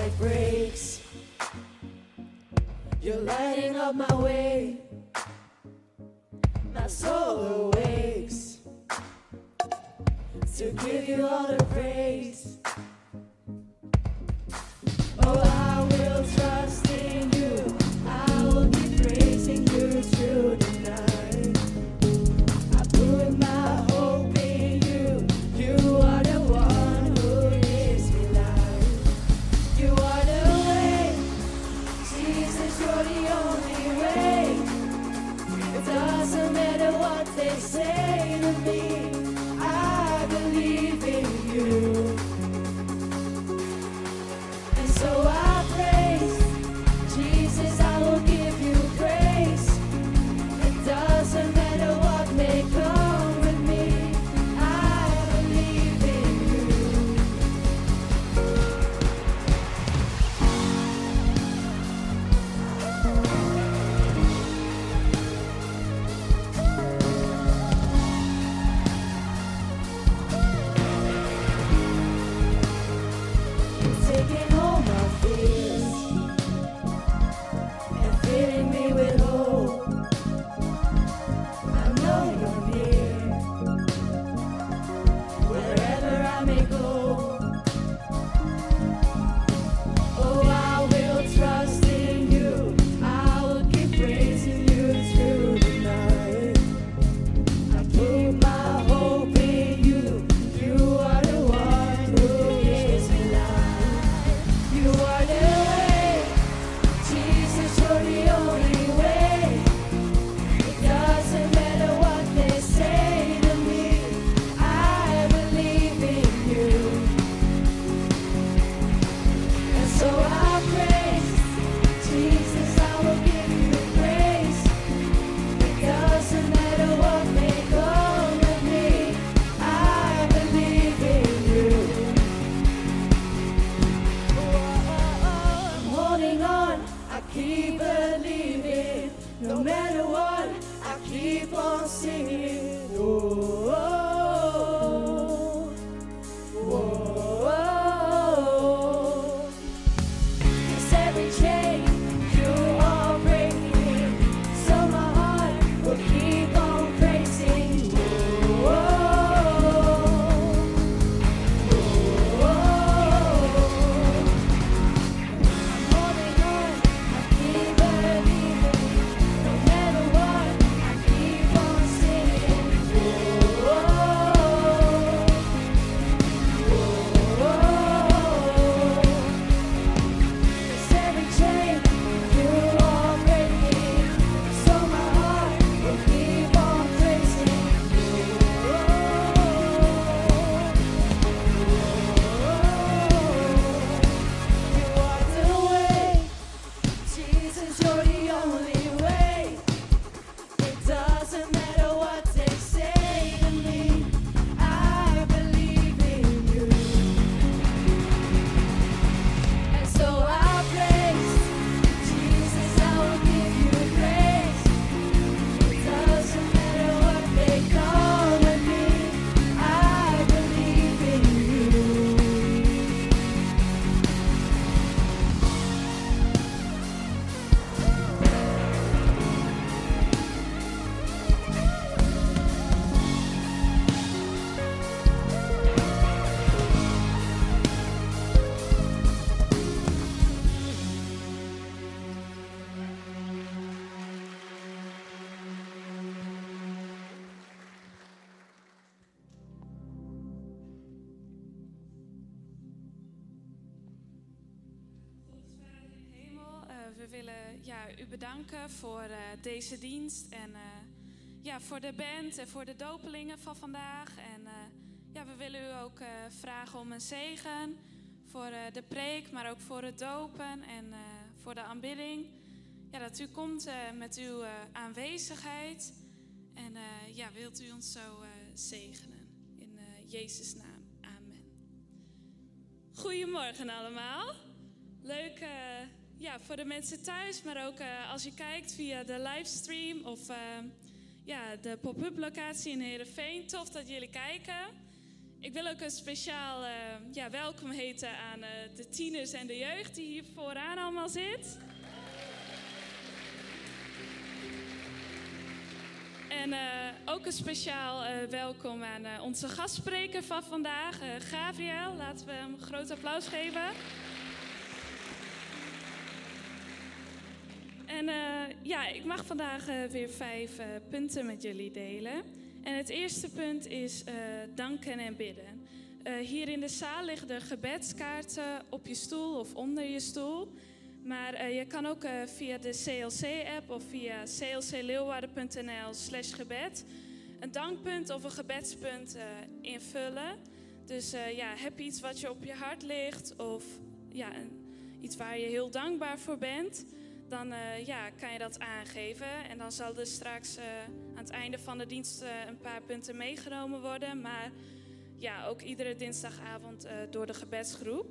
like brakes. You're lighting up my way. My soul awakes to give you all the praise. Oh, I will trust in you. I will be praising you through the night. I put my hope in you. You are the one who gives me life. You are the way. Jesus, you're the only way. It doesn't matter what they say to me. I believe in you. And so I praise Jesus, I will give you praise. It doesn't matter what may come with me. I believe in you. Taking all my fears and filling me with hope. I know you're near wherever I may go. Oh, I will trust in you. I will keep praising you through the night. I put my hope in you. You are the one who gives me life. You are the way. Jesus, you're the only way. It doesn't matter what they say to me. I believe in you. And so I praise Jesus, I will give you praise. It doesn't matter what may come with me. I believe in you. I'm holding on, I keep believing. No matter what, I keep on singing. Oh, oh, oh, oh. 'Cause every chain you are breaking, so my heart will keep on praising. Oh, oh, oh, oh. I'm holding on, I keep believing. No matter what, I keep on singing. Oh, oh, oh, oh. 'Cause every chain you are breaking, so my heart will keep on praising. Oh, you are the way. Jesus, you're the only way. It doesn't matter what they say to me. I believe in you. And so I praise Jesus, I will give you praise. It doesn't matter what may come with me. I believe in you. Hemel, we willen u bedanken voor deze dienst en voor de band en voor de dopelingen van vandaag. En we willen u ook vragen om een zegen voor de preek, maar ook voor het dopen en voor de aanbidding. Ja, dat u komt met uw aanwezigheid en wilt u ons zo zegenen. In Jezus' naam, amen. Goedemorgen allemaal. Leuk voor de mensen thuis, maar ook als je kijkt via de livestream of de pop-up locatie in Heerenveen. Tof dat jullie kijken. Ik wil ook een speciaal welkom heten aan de tieners en de jeugd die hier vooraan allemaal zit. En ook een speciaal welkom aan onze gastspreker van vandaag, Gabriel. Laten we hem een groot applaus geven. En ik mag vandaag weer 5 punten met jullie delen. En het eerste punt is danken en bidden. Hier in de zaal liggen er gebedskaarten op je stoel of onder je stoel. Maar je kan ook via de CLC-app of via clcleeuwarden.nl/gebed een dankpunt of een gebedspunt invullen. Dus heb je iets wat je op je hart ligt of iets waar je heel dankbaar voor bent, dan kan je dat aangeven. En dan zal er straks aan het einde van de dienst een paar punten meegenomen worden. Maar ook iedere dinsdagavond door de gebedsgroep.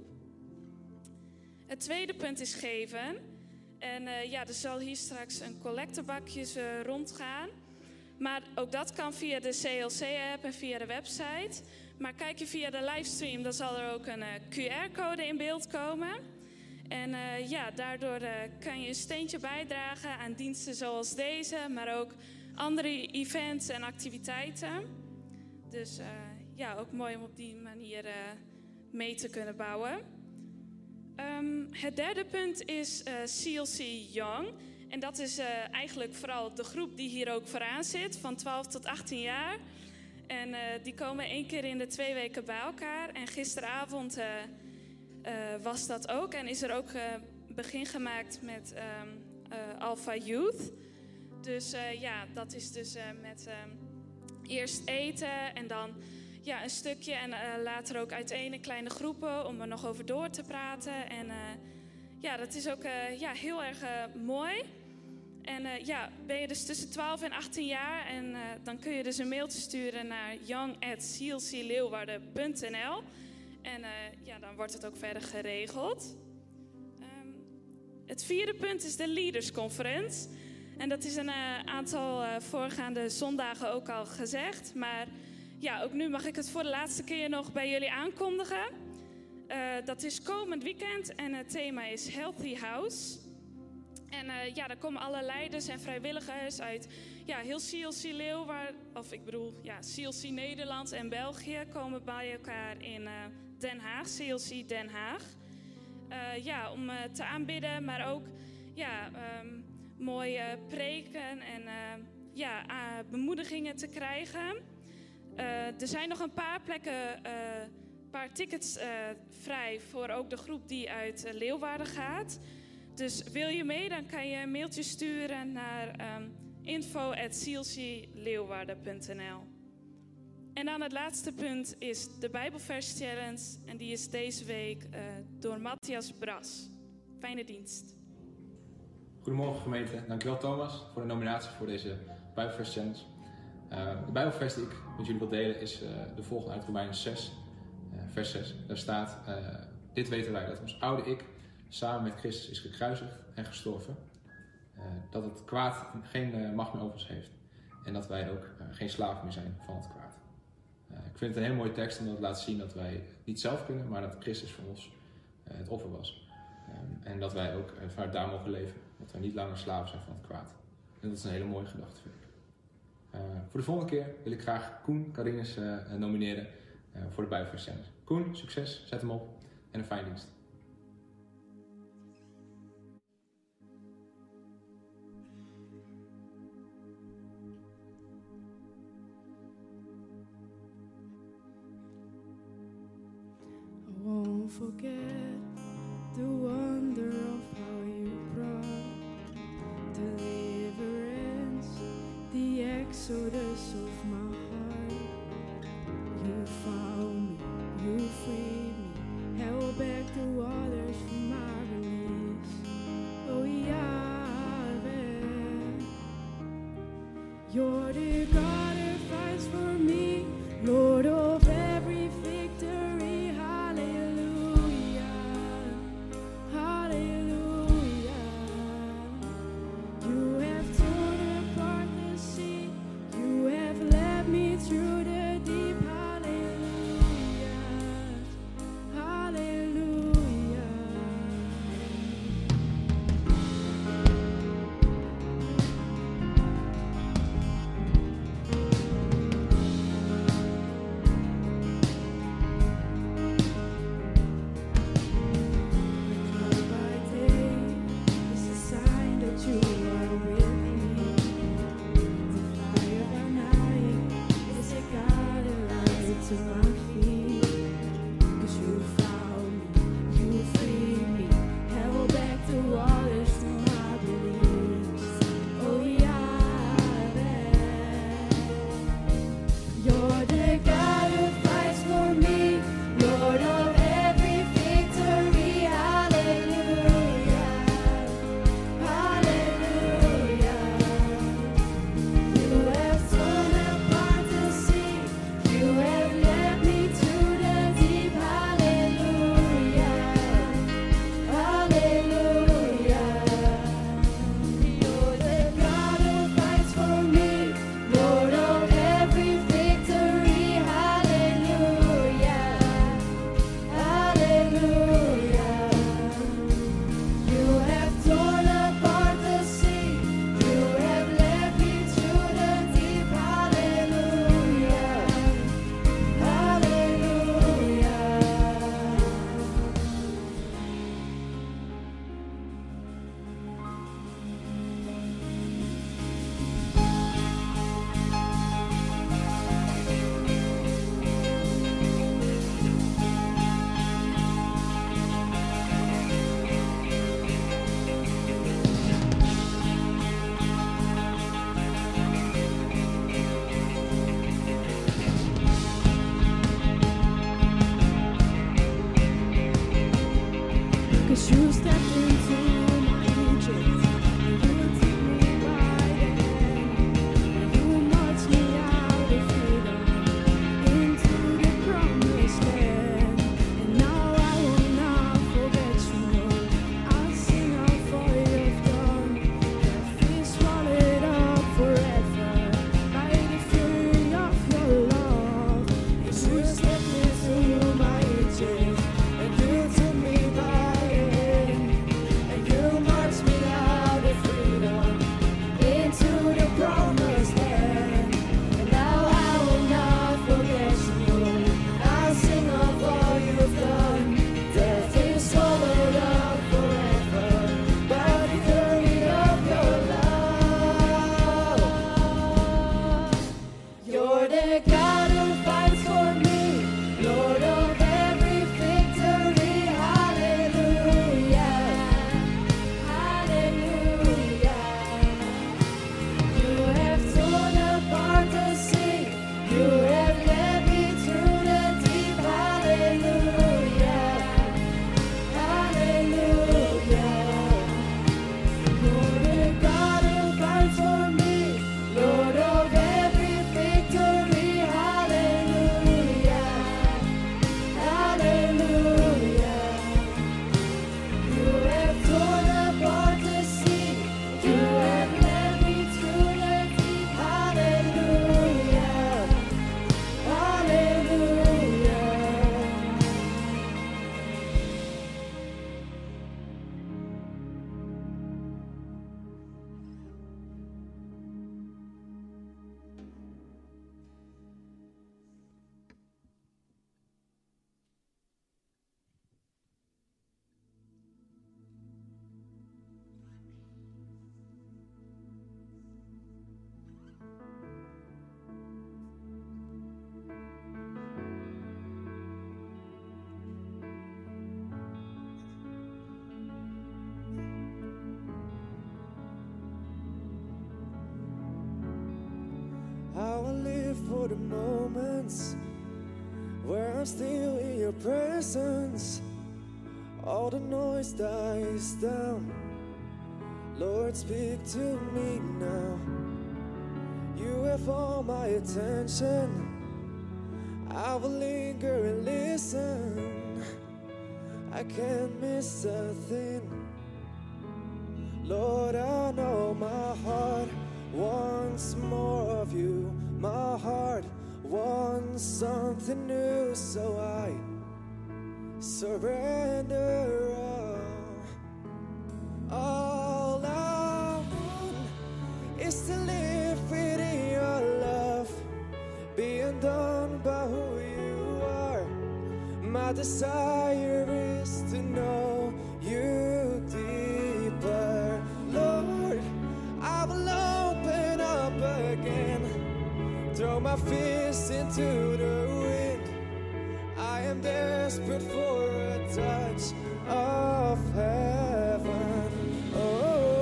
Het tweede punt is geven. En er zal hier straks een collectebakje rondgaan. Maar ook dat kan via de CLC-app en via de website. Maar kijk je via de livestream, dan zal er ook een QR-code in beeld komen. En daardoor kan je een steentje bijdragen aan diensten zoals deze, maar ook andere events en activiteiten. Dus ook mooi om op die manier mee te kunnen bouwen. Het derde punt is CLC Young. En dat is eigenlijk vooral de groep die hier ook vooraan zit, van 12 tot 18 jaar. En die komen 1 keer in de 2 weken bij elkaar. En gisteravond was dat ook. En is er ook begin gemaakt met Alpha Youth. Dus dat is dus met eerst eten en dan een stukje. En later ook uiteen in kleine groepen om er nog over door te praten. En dat is ook heel erg mooi. En ben je dus tussen 12 en 18 jaar. En dan kun je dus een mailtje sturen naar young@clcleeuwarden.nl. En dan wordt het ook verder geregeld. Het vierde punt is de Leaders Conference. En dat is een aantal voorgaande zondagen ook al gezegd. Maar ook nu mag ik het voor de laatste keer nog bij jullie aankondigen. Dat is komend weekend en het thema is Healthy House. En daar komen alle leiders en vrijwilligers uit heel CLC Leeuwarden, of ik bedoel CLC Nederland en België komen bij elkaar in Den Haag, CLC Den Haag. Om te aanbidden, maar ook mooi preken en bemoedigingen te krijgen. Er zijn nog een paar plekken, paar tickets vrij voor ook de groep die uit Leeuwarden gaat. Dus wil je mee, dan kan je een mailtje sturen naar info@clcleeuwarden.nl. En dan het laatste punt is de Bijbelvers Challenge. En die is deze week door Matthias Bras. Fijne dienst. Goedemorgen gemeente. Dankjewel Thomas voor de nominatie voor deze Bijbelvers Challenge. De Bijbelvers die ik met jullie wil delen is de volgende uit Romeinen 6, vers 6. Daar staat, dit weten wij, dat ons oude ik samen met Christus is gekruisigd en gestorven. Dat het kwaad geen macht meer over ons heeft. En dat wij ook geen slaven meer zijn van het kwaad. Ik vind het een heel mooie tekst omdat het laat zien dat wij het niet zelf kunnen, maar dat Christus voor ons het offer was. En dat wij ook vanuit daar mogen leven. Dat wij niet langer slaven zijn van het kwaad. En dat is een hele mooie gedachte, vind ik. Voor de volgende keer wil ik graag Koen Karinus nomineren voor de Bijbelvers Challenge. Koen, succes, zet hem op en een fijne dienst. I won't forget the wonder of how you brought deliverance, the exodus of my heart. You found me, you freed me, held back the waters for my release. Oh Yahweh, you're the God who fights for me, Lord of every victory. Hallelujah, hallelujah. You have torn apart the sea, you have led me through the deep. Hallelujah. for the moments where I'm still in your presence. All the noise dies down. Lord, speak to me now. You have all my attention. I will linger and listen. I can't miss a thing. Lord, I know my heart wants more of you. My heart wants something new, so I surrender all I want is to live within your love, being done by who you are. My desire is to know you deeper. Lord, I will open up again, throw my fists into the wind. I am desperate for a touch of heaven. Oh,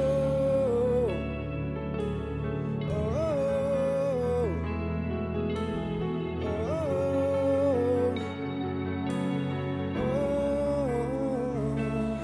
oh, oh, oh.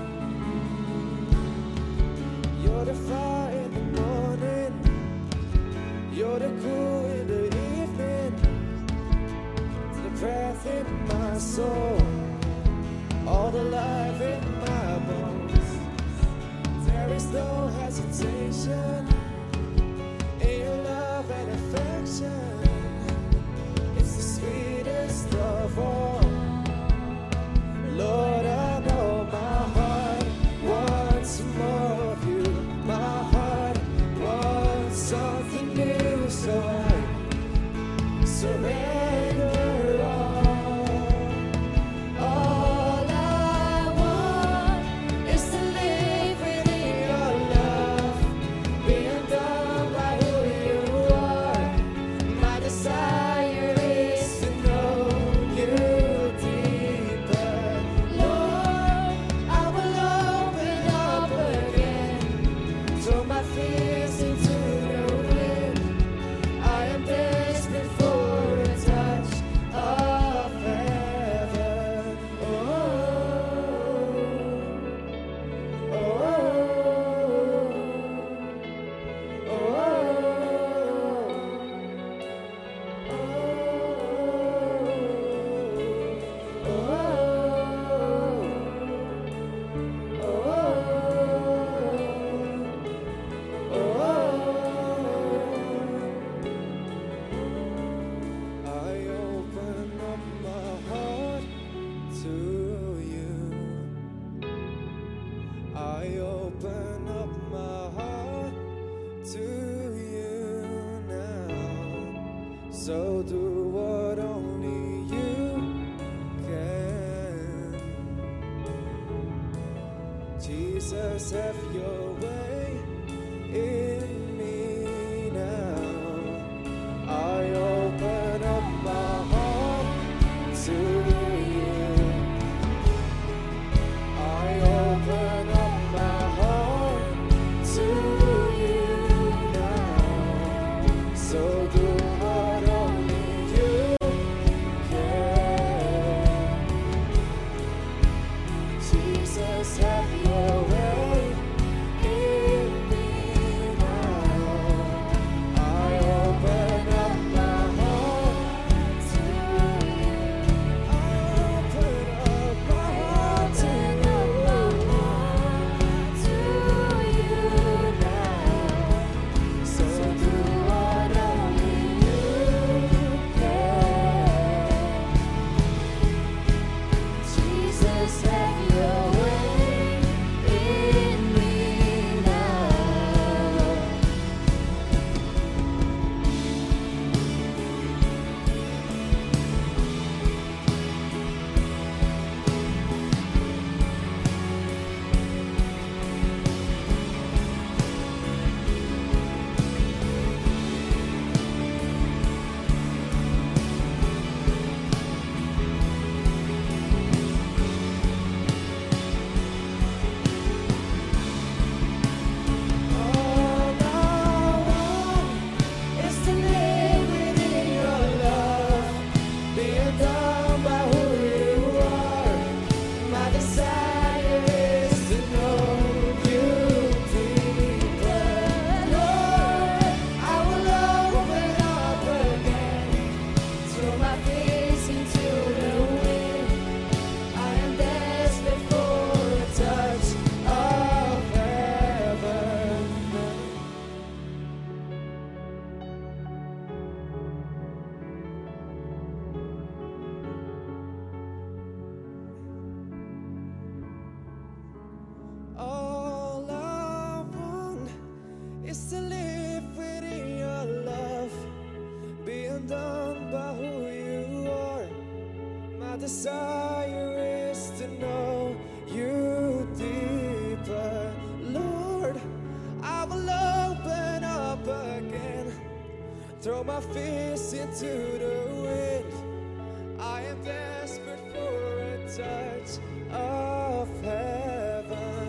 You're the fire in the morning. You're the cool in the evening. The breath in my soul, all the life in my bones. There is no hesitation in your love and affection. It's the sweetest of all. Lord, I know my heart wants more of you. My heart wants something new, so I surrender. All I want is to live within your love, being So do what only you can. Jesus, have your way in me now. I open up my heart to you. I open up my heart to you now. So do what only you can. Jesus, have your way in me now. I open up my heart to you. I open up my heart to you now. So do what only you can. Jesus, have your way in me now. All I want is to live within your love, being done by who you are. My desire is to know you deeper. Lord, I will open up again, throw my face into the wind. I am desperate for a touch of heaven. All I want is to live within your love, being done by who you are. My desire is to know you deeper. Lord, I will open up again, throw my fist into the wind. I am desperate for a touch of heaven.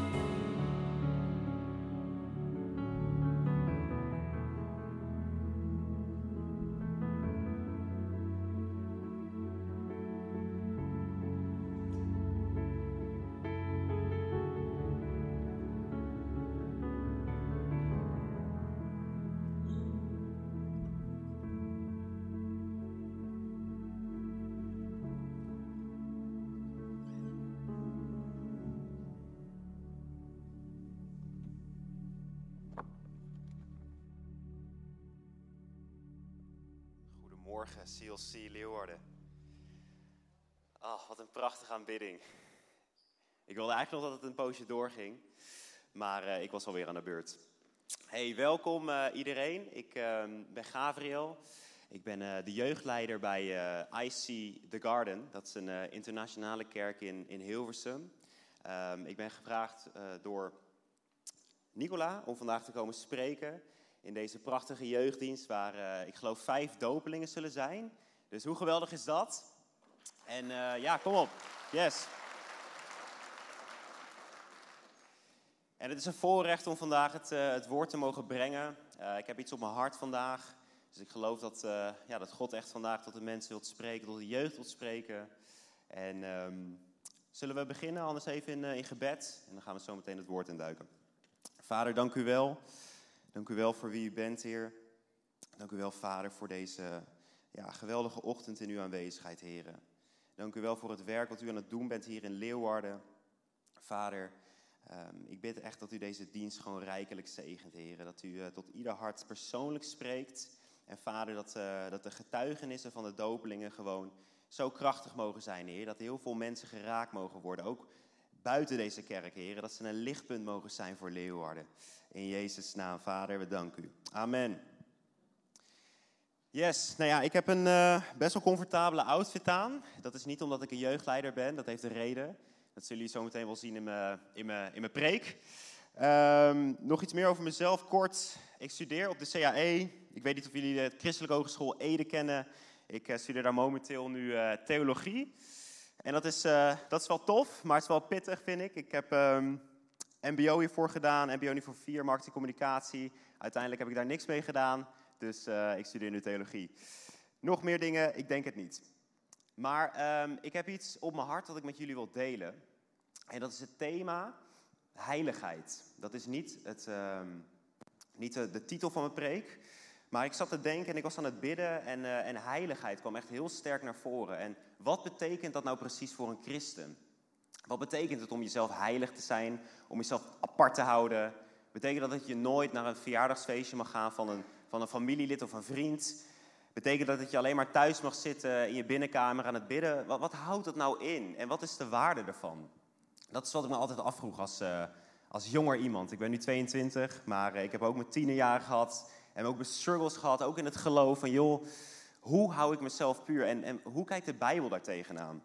Goedemorgen, CLC Leeuwarden. Wat een prachtige aanbidding. Ik wilde eigenlijk nog dat het een poosje doorging, maar ik was alweer aan de beurt. Hey, welkom iedereen. Ik ben Gabriel. Ik ben de jeugdleider bij IC The Garden. Dat is een internationale kerk in Hilversum. Ik ben gevraagd door Nicola om vandaag te komen spreken in deze prachtige jeugddienst waar ik geloof 5 dopelingen zullen zijn. Dus hoe geweldig is dat? En ja, kom op. Yes. En het is een voorrecht om vandaag het woord te mogen brengen. Ik heb iets op mijn hart vandaag. Dus ik geloof dat God echt vandaag tot de mensen wilt spreken, tot de jeugd wilt spreken. En zullen we beginnen, anders even in gebed. En dan gaan we zo meteen het woord induiken. Vader, dank u wel. Dank u wel voor wie u bent, Heer. Dank u wel, Vader, voor deze geweldige ochtend in uw aanwezigheid, Heer. Dank u wel voor het werk wat u aan het doen bent hier in Leeuwarden. Vader, ik bid echt dat u deze dienst gewoon rijkelijk zegent, Heer. Dat u tot ieder hart persoonlijk spreekt. En Vader, dat de getuigenissen van de dopelingen gewoon zo krachtig mogen zijn, Heer. Dat heel veel mensen geraakt mogen worden, ook buiten deze kerk, Heer. Dat ze een lichtpunt mogen zijn voor Leeuwarden. In Jezus' naam, Vader, we danken u. Amen. Yes, nou ja, ik heb een best wel comfortabele outfit aan. Dat is niet omdat ik een jeugdleider ben, dat heeft een reden. Dat zullen jullie zo meteen wel zien in mijn preek. Nog iets meer over mezelf, kort. Ik studeer op de CAE. Ik weet niet of jullie de Christelijke Hogeschool Ede kennen. Ik studeer daar momenteel nu theologie. En dat is wel tof, maar het is wel pittig, vind ik. Ik heb MBO hiervoor gedaan, MBO niveau 4, marketing en communicatie. Uiteindelijk heb ik daar niks mee gedaan. Dus ik studeer nu theologie. Nog meer dingen? Ik denk het niet. Maar ik heb iets op mijn hart dat ik met jullie wil delen. En dat is het thema heiligheid. Dat is niet de titel van mijn preek. Maar ik zat te denken en ik was aan het bidden en heiligheid kwam echt heel sterk naar voren. En wat betekent dat nou precies voor een christen? Wat betekent het om jezelf heilig te zijn, om jezelf apart te houden? Betekent dat je nooit naar een verjaardagsfeestje mag gaan van een familielid of een vriend? Betekent dat je alleen maar thuis mag zitten in je binnenkamer aan het bidden? Wat houdt dat nou in en wat is de waarde ervan? Dat is wat ik me altijd afvroeg als jonger iemand. Ik ben nu 22, maar ik heb ook mijn tienerjaren gehad en ook mijn struggles gehad, ook in het geloof van joh, hoe hou ik mezelf puur en hoe kijkt de Bijbel daar tegenaan?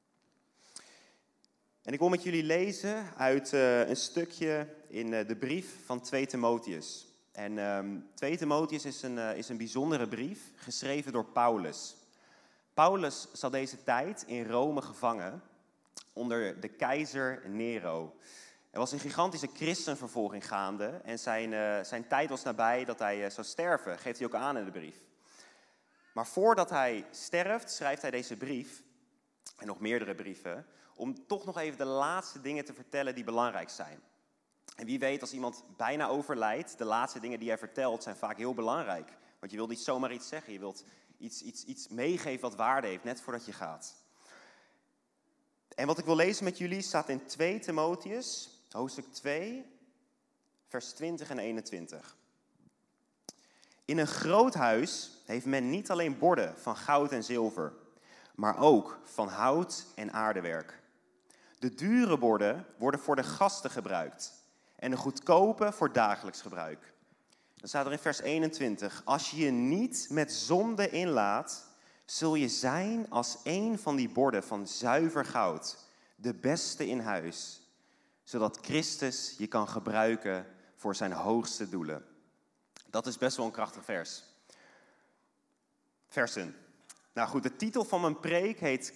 En ik wil met jullie lezen uit een stukje in de brief van 2 Timotheus. En 2 Timotheus is een bijzondere brief, geschreven door Paulus. Paulus zat deze tijd in Rome gevangen onder de keizer Nero. Er was een gigantische christenvervolging gaande en zijn tijd was nabij dat hij zou sterven, geeft hij ook aan in de brief. Maar voordat hij sterft, schrijft hij deze brief, en nog meerdere brieven, om toch nog even de laatste dingen te vertellen die belangrijk zijn. En wie weet, als iemand bijna overlijdt, de laatste dingen die hij vertelt zijn vaak heel belangrijk. Want je wilt niet zomaar iets zeggen, je wilt iets meegeven wat waarde heeft, net voordat je gaat. En wat ik wil lezen met jullie staat in 2 Timotheus, hoofdstuk 2, vers 20 en 21. In een groot huis heeft men niet alleen borden van goud en zilver, maar ook van hout en aardewerk. De dure borden worden voor de gasten gebruikt en de goedkope voor dagelijks gebruik. Dan staat er in vers 21, als je je niet met zonde inlaat, zul je zijn als een van die borden van zuiver goud, de beste in huis, zodat Christus je kan gebruiken voor zijn hoogste doelen. Dat is best wel een krachtig versen. Nou goed, de titel van mijn preek heet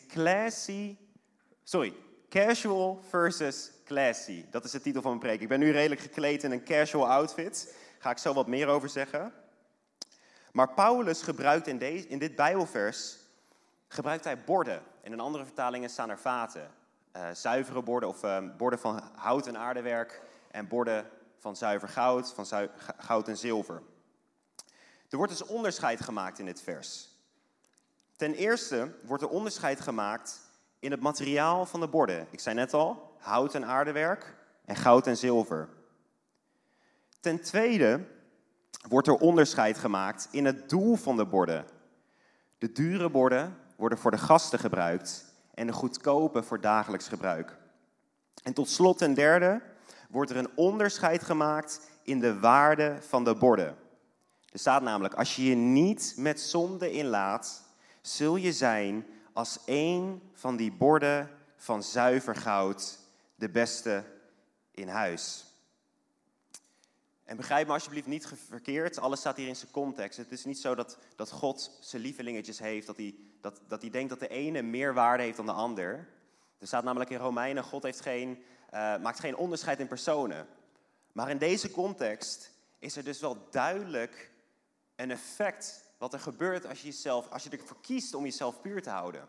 Casual versus Classy. Dat is de titel van mijn preek. Ik ben nu redelijk gekleed in een casual outfit. Daar ga ik zo wat meer over zeggen. Maar Paulus gebruikt in dit Bijbelvers borden. En in andere vertalingen staan er vaten. Zuivere borden of borden van hout en aardewerk. En borden van zuiver goud, van goud en zilver. Er wordt dus onderscheid gemaakt in dit vers. Ten eerste wordt er onderscheid gemaakt in het materiaal van de borden. Ik zei net al, hout en aardewerk en goud en zilver. Ten tweede wordt er onderscheid gemaakt in het doel van de borden. De dure borden worden voor de gasten gebruikt en de goedkope voor dagelijks gebruik. En tot slot ten derde wordt er een onderscheid gemaakt in de waarde van de borden. Er staat namelijk, als je je niet met zonde inlaat, zul je zijn als een van die borden van zuiver goud, de beste in huis. En begrijp me alsjeblieft niet verkeerd, alles staat hier in zijn context. Het is niet zo dat God zijn lievelingetjes heeft, dat hij denkt dat de ene meer waarde heeft dan de ander. Er staat namelijk in Romeinen, God maakt geen onderscheid in personen. Maar in deze context is er dus wel duidelijk een effect wat er gebeurt als je ervoor kiest om jezelf puur te houden.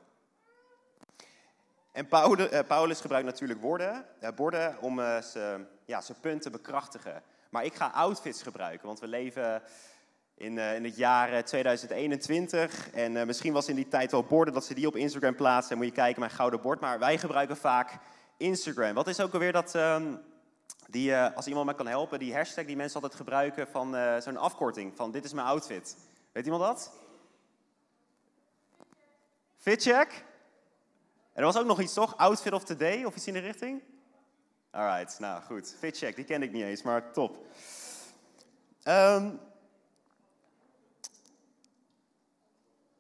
En Paulus gebruikt natuurlijk borden om zijn punt te bekrachtigen. Maar ik ga outfits gebruiken, want we leven in het jaar 2021. En misschien was in die tijd wel borden dat ze die op Instagram plaatsen. En moet je kijken, mijn gouden bord. Maar wij gebruiken vaak Instagram. Wat is ook alweer dat, als iemand me kan helpen, die hashtag die mensen altijd gebruiken van zo'n afkorting. Van dit is mijn outfit. Weet iemand dat? Fitcheck? En er was ook nog iets toch? Outfit of the day of iets in de richting? Alright, nou goed. Fitcheck, die kende ik niet eens, maar top.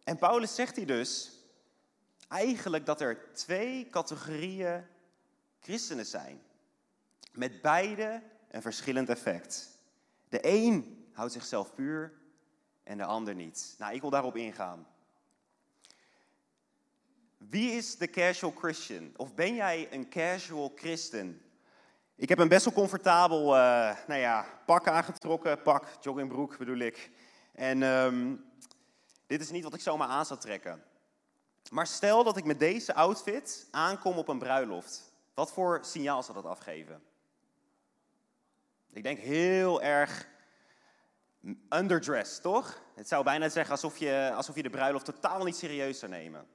En Paulus zegt hier dus eigenlijk dat er 2 categorieën christenen zijn. Met beide een verschillend effect. De een houdt zichzelf puur en de ander niet. Nou, ik wil daarop ingaan. Wie is de casual Christian? Of ben jij een casual christen? Ik heb een best wel comfortabel pak aangetrokken. Pak, joggingbroek bedoel ik. En dit is niet wat ik zomaar aan zou trekken. Maar stel dat ik met deze outfit aankom op een bruiloft. Wat voor signaal zou dat afgeven? Ik denk heel erg underdressed, toch? Het zou bijna zeggen alsof je de bruiloft totaal niet serieus zou nemen.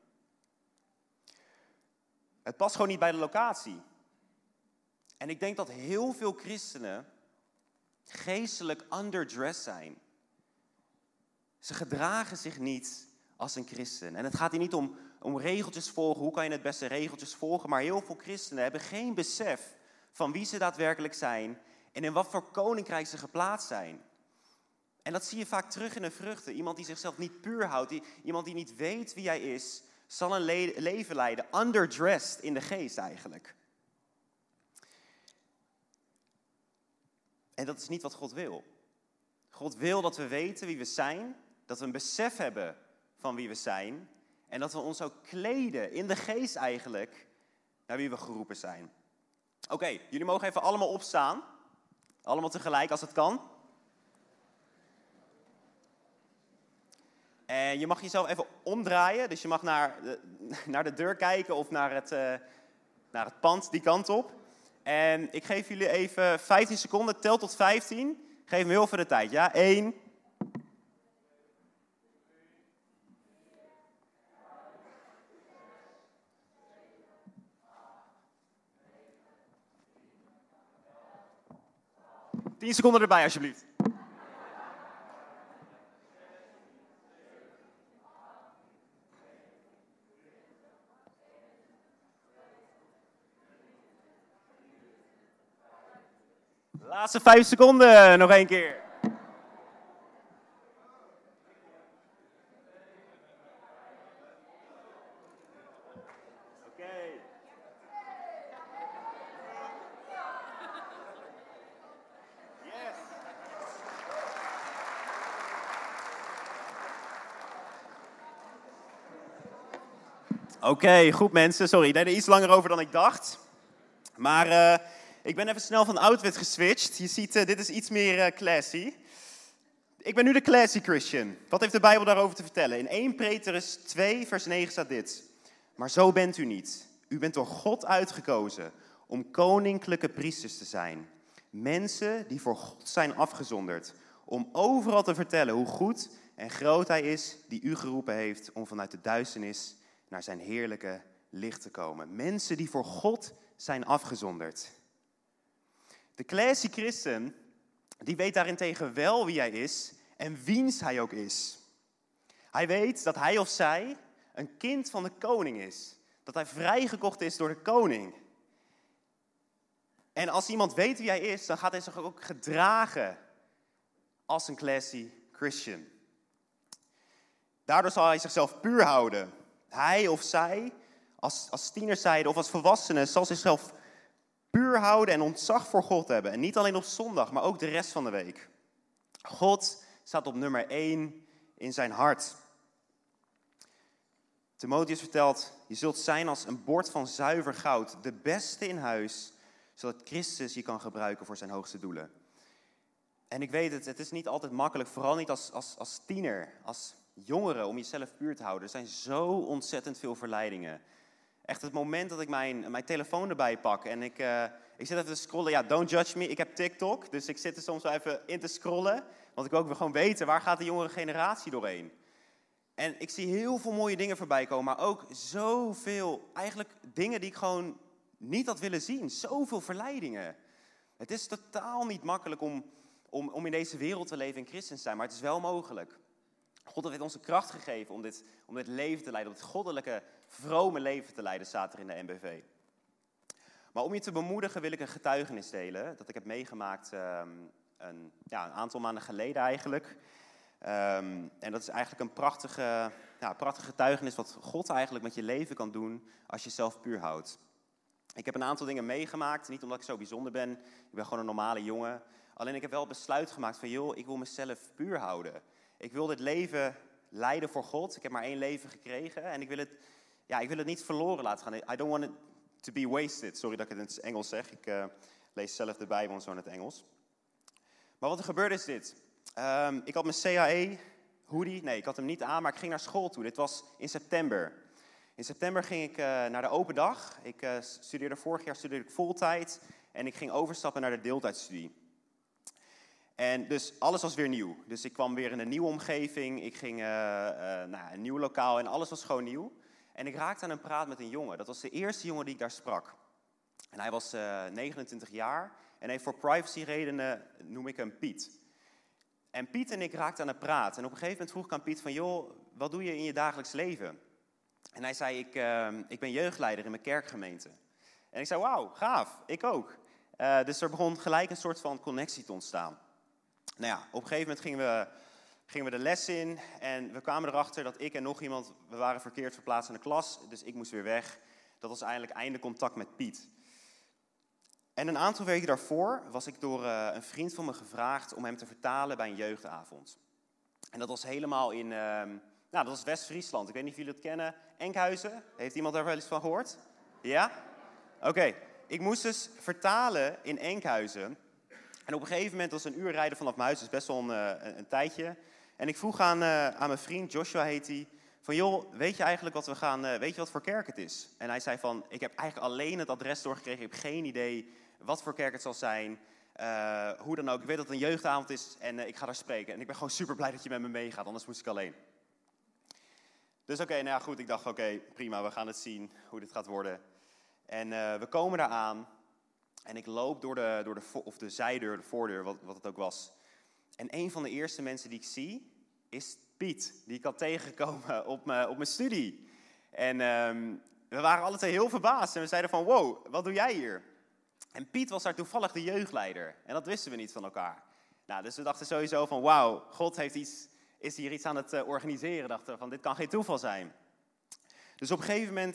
Het past gewoon niet bij de locatie. En ik denk dat heel veel christenen geestelijk underdressed zijn. Ze gedragen zich niet als een christen. En het gaat hier niet om regeltjes volgen, hoe kan je het beste regeltjes volgen. Maar heel veel christenen hebben geen besef van wie ze daadwerkelijk zijn en in wat voor koninkrijk ze geplaatst zijn. En dat zie je vaak terug in de vruchten. Iemand die zichzelf niet puur houdt, iemand die niet weet wie hij is, zal een leven leiden, underdressed in de geest eigenlijk. En dat is niet wat God wil. God wil dat we weten wie we zijn, dat we een besef hebben van wie we zijn en dat we ons ook kleden in de geest eigenlijk naar wie we geroepen zijn. Oké, jullie mogen even allemaal opstaan. Allemaal tegelijk als het kan. En je mag jezelf even omdraaien. Dus je mag naar de deur kijken of naar het pand die kant op. En ik geef jullie even 15 seconden. Tel tot 15. Geef me heel veel de tijd. Ja, 1. 10 seconden erbij alsjeblieft. Laatste 5 seconden, nog 1 keer. Oké. Yes. Oké, goed mensen. Sorry, ik deed er iets langer over dan ik dacht. Maar ik ben even snel van outfit geswitcht. Je ziet, dit is iets meer classy. Ik ben nu de classy Christian. Wat heeft de Bijbel daarover te vertellen? In 1 Petrus 2 vers 9 staat dit. Maar zo bent u niet. U bent door God uitgekozen om koninklijke priesters te zijn. Mensen die voor God zijn afgezonderd. Om overal te vertellen hoe goed en groot Hij is die u geroepen heeft om vanuit de duisternis naar zijn heerlijke licht te komen. Mensen die voor God zijn afgezonderd. De classy christen, die weet daarentegen wel wie hij is en wiens hij ook is. Hij weet dat hij of zij een kind van de koning is. Dat hij vrijgekocht is door de koning. En als iemand weet wie hij is, dan gaat hij zich ook gedragen als een classy Christian. Daardoor zal hij zichzelf puur houden. Hij of zij, als tienerzijde of als volwassene, zal zichzelf puur houden en ontzag voor God hebben. En niet alleen op zondag, maar ook de rest van de week. God staat op nummer 1 in zijn hart. Timotheus vertelt, je zult zijn als een bord van zuiver goud, de beste in huis, zodat Christus je kan gebruiken voor zijn hoogste doelen. En ik weet het is niet altijd makkelijk, vooral niet als tiener, als jongere, om jezelf puur te houden. Er zijn zo ontzettend veel verleidingen. Echt het moment dat ik mijn telefoon erbij pak en ik zit even te scrollen. Ja, don't judge me, ik heb TikTok, dus ik zit er soms wel even in te scrollen. Want ik wil ook gewoon weten, waar gaat de jongere generatie doorheen? En ik zie heel veel mooie dingen voorbij komen, maar ook zoveel, eigenlijk dingen die ik gewoon niet had willen zien. Zoveel verleidingen. Het is totaal niet makkelijk om in deze wereld te leven en christen te zijn, maar het is wel mogelijk. God heeft ons de kracht gegeven om dit leven te leiden, om dit goddelijke, vrome leven te leiden, staat er in de NBV. Maar om je te bemoedigen wil ik een getuigenis delen, dat ik heb meegemaakt een aantal maanden geleden eigenlijk. En dat is eigenlijk een prachtige getuigenis wat God eigenlijk met je leven kan doen als je zelf puur houdt. Ik heb een aantal dingen meegemaakt, niet omdat ik zo bijzonder ben. Ik ben gewoon een normale jongen. Alleen ik heb wel het besluit gemaakt van, joh, ik wil mezelf puur houden. Ik wil dit leven leiden voor God. Ik heb maar 1 leven gekregen en ik wil het niet verloren laten gaan. I don't want it to be wasted. Sorry dat ik het in het Engels zeg. Ik lees zelf de Bijbel en zo in het Engels. Maar wat er gebeurde is dit. Ik had mijn CAE hoodie. Nee, ik had hem niet aan, maar ik ging naar school toe. Dit was in september. In september ging ik naar de open dag. Vorig jaar studeerde ik voltijd. En ik ging overstappen naar de deeltijdstudie. En dus alles was weer nieuw. Dus ik kwam weer in een nieuwe omgeving. Ik ging een nieuw lokaal en alles was gewoon nieuw. En ik raakte aan een praat met een jongen. Dat was de eerste jongen die ik daar sprak. En hij was 29 jaar. En voor privacyredenen noem ik hem Piet. En Piet en ik raakten aan het praten. En op een gegeven moment vroeg ik aan Piet van, joh, wat doe je in je dagelijks leven? En hij zei, ik ben jeugdleider in mijn kerkgemeente. En ik zei, wauw, gaaf, ik ook. Dus er begon gelijk een soort van connectie te ontstaan. Nou ja, op een gegeven moment gingen we de les in. En we kwamen erachter dat ik en nog iemand, we waren verkeerd verplaatst in de klas. Dus ik moest weer weg. Dat was eigenlijk einde contact met Piet. En een aantal weken daarvoor was ik door een vriend van me gevraagd om hem te vertalen bij een jeugdavond. En dat was helemaal in, dat was West-Friesland. Ik weet niet of jullie het kennen. Enkhuizen. Heeft iemand daar wel eens van gehoord? Ja? Oké. Ik moest dus vertalen in Enkhuizen. En op een gegeven moment, dat was 1 uur rijden vanaf mijn huis, dus best wel een tijdje. En ik vroeg aan mijn vriend, Joshua heet hij, van joh, weet je eigenlijk wat we gaan, weet je wat voor kerk het is? En hij zei van, ik heb eigenlijk alleen het adres doorgekregen, ik heb geen idee wat voor kerk het zal zijn. Hoe dan ook, ik weet dat het een jeugdavond is en ik ga daar spreken. En ik ben gewoon super blij dat je met me meegaat, anders moest ik alleen. Dus goed, ik dacht oké, prima, we gaan het zien hoe dit gaat worden. En we komen daar aan en ik loop door de zijdeur, de voordeur, wat het ook was. En een van de eerste mensen die ik zie is Piet, die ik had tegengekomen op mijn studie. En we waren alle 2 heel verbaasd en we zeiden van wow, wat doe jij hier? En Piet was daar toevallig de jeugdleider en dat wisten we niet van elkaar. Nou, dus we dachten sowieso van wauw, God is hier iets aan het organiseren. Dachten van dit kan geen toeval zijn. Dus op een gegeven moment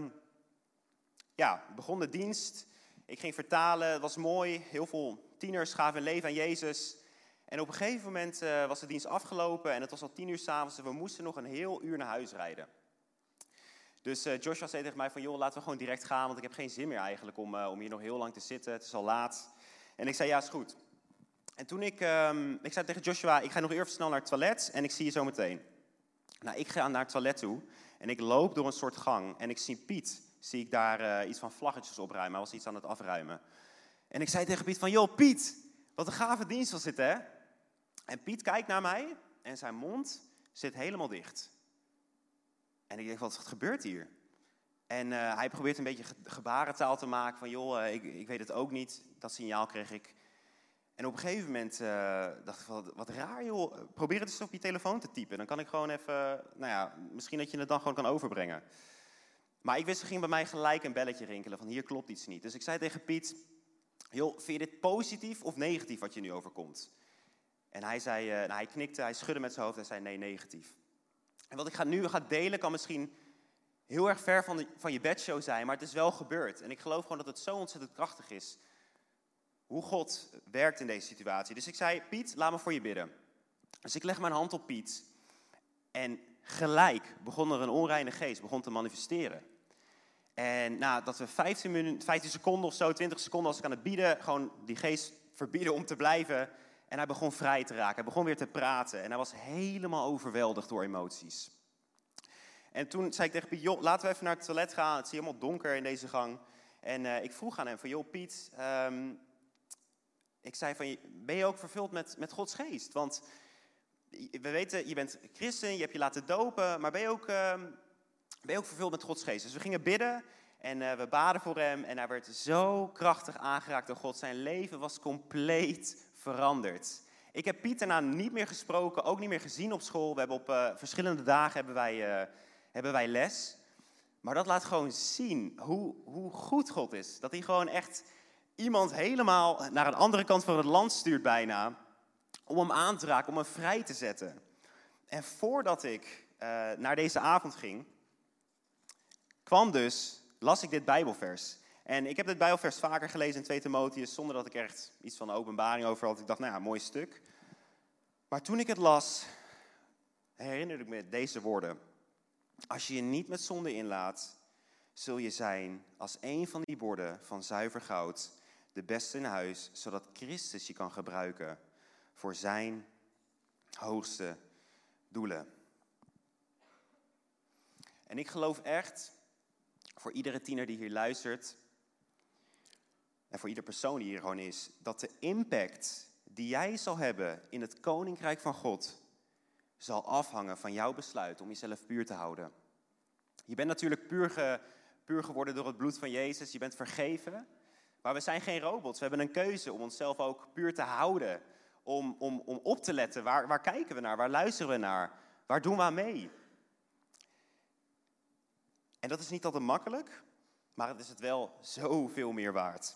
begon de dienst. Ik ging vertalen, het was mooi. Heel veel tieners gaven hun leven aan Jezus. En op een gegeven moment was de dienst afgelopen en het was al 10 uur 's avonds en we moesten nog een heel uur naar huis rijden. Dus Joshua zei tegen mij van, joh, laten we gewoon direct gaan, want ik heb geen zin meer eigenlijk om hier nog heel lang te zitten. Het is al laat. En ik zei, ja, is goed. En toen ik zei tegen Joshua, ik ga nog even snel naar het toilet en ik zie je zo meteen. Nou, ik ga naar het toilet toe en ik loop door een soort gang en ik zie Piet. Zie ik daar iets van vlaggetjes opruimen. Hij was iets aan het afruimen. En ik zei tegen Piet van, joh Piet, wat een gave dienst was dit hè. En Piet kijkt naar mij en zijn mond zit helemaal dicht. En ik denk, wat gebeurt hier? En hij probeert een beetje gebarentaal te maken van, joh, ik weet het ook niet. Dat signaal kreeg ik. En op een gegeven moment dacht ik van, wat raar joh. Probeer het eens op je telefoon te typen. Dan kan ik gewoon even, misschien dat je het dan gewoon kan overbrengen. Maar ik wist, er ging bij mij gelijk een belletje rinkelen van hier klopt iets niet. Dus ik zei tegen Piet, joh, vind je dit positief of negatief wat je nu overkomt? En hij zei, hij knikte, hij schudde met zijn hoofd en zei nee, negatief. En wat ik nu ga delen kan misschien heel erg ver van je bedshow zijn, maar het is wel gebeurd. En ik geloof gewoon dat het zo ontzettend krachtig is hoe God werkt in deze situatie. Dus ik zei, Piet, laat me voor je bidden. Dus ik leg mijn hand op Piet en gelijk begon er een onreine geest te manifesteren. En dat we 15 seconden of zo, 20 seconden als ik aan het bieden, gewoon die geest verbieden om te blijven. En hij begon vrij te raken, hij begon weer te praten. En hij was helemaal overweldigd door emoties. En toen zei ik tegen Piet, joh, laten we even naar het toilet gaan. Het is helemaal donker in deze gang. En ik vroeg aan hem van, joh Piet, ik zei van, ben je ook vervuld met Gods geest? Want we weten, je bent christen, je hebt je laten dopen, maar ben je ook vervuld met Gods geest? Dus we gingen bidden en we baden voor hem en hij werd zo krachtig aangeraakt door God. Zijn leven was compleet veranderd. Ik heb Piet daarna niet meer gesproken, ook niet meer gezien op school. We hebben op verschillende dagen hebben wij les. Maar dat laat gewoon zien hoe goed God is. Dat hij gewoon echt iemand helemaal naar een andere kant van het land stuurt bijna. Om hem aan te raken, om hem vrij te zetten. En voordat ik naar deze avond ging, las ik dit Bijbelvers. En ik heb dit Bijbelvers vaker gelezen in 2 Timotheüs, zonder dat ik er echt iets van een openbaring over had. Ik dacht, nou ja, mooi stuk. Maar toen ik het las, herinnerde ik me deze woorden. Als je je niet met zonde inlaat, zul je zijn als een van die borden van zuiver goud, de beste in huis, zodat Christus je kan gebruiken voor zijn hoogste doelen. En ik geloof echt, voor iedere tiener die hier luistert, en voor iedere persoon die hier gewoon is, dat de impact die jij zal hebben in het koninkrijk van God, zal afhangen van jouw besluit om jezelf puur te houden. Je bent natuurlijk puur geworden door het bloed van Jezus, je bent vergeven, maar we zijn geen robots. We hebben een keuze om onszelf ook puur te houden, om op te letten. Waar kijken we naar? Waar luisteren we naar? Waar doen we aan mee? En dat is niet altijd makkelijk, maar het is het wel zoveel meer waard.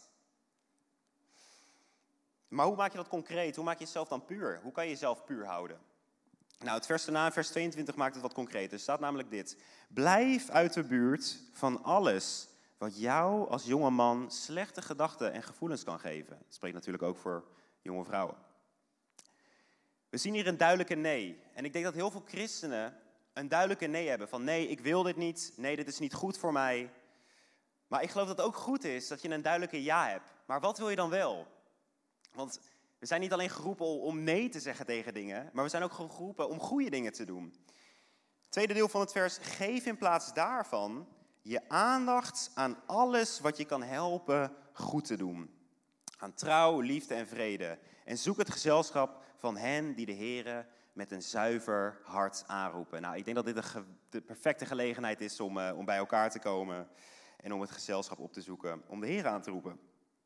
Maar hoe maak je dat concreet? Hoe maak je jezelf dan puur? Hoe kan je jezelf puur houden? Nou, het vers daarna, vers 22, maakt het wat concreter. Er staat namelijk dit. Blijf uit de buurt van alles wat jou als jonge man slechte gedachten en gevoelens kan geven. Dat spreekt natuurlijk ook voor jonge vrouwen. We zien hier een duidelijke nee. En ik denk dat heel veel christenen een duidelijke nee hebben. Van nee, ik wil dit niet. Nee, dit is niet goed voor mij. Maar ik geloof dat het ook goed is dat je een duidelijke ja hebt. Maar wat wil je dan wel? Want we zijn niet alleen geroepen om nee te zeggen tegen dingen, maar we zijn ook geroepen om goede dingen te doen. Het tweede deel van het vers, geef in plaats daarvan je aandacht aan alles wat je kan helpen goed te doen. Aan trouw, liefde en vrede. En zoek het gezelschap van hen die de Here met een zuiver hart aanroepen. Nou, ik denk dat dit de perfecte gelegenheid is om bij elkaar te komen en om het gezelschap op te zoeken, om de Here aan te roepen.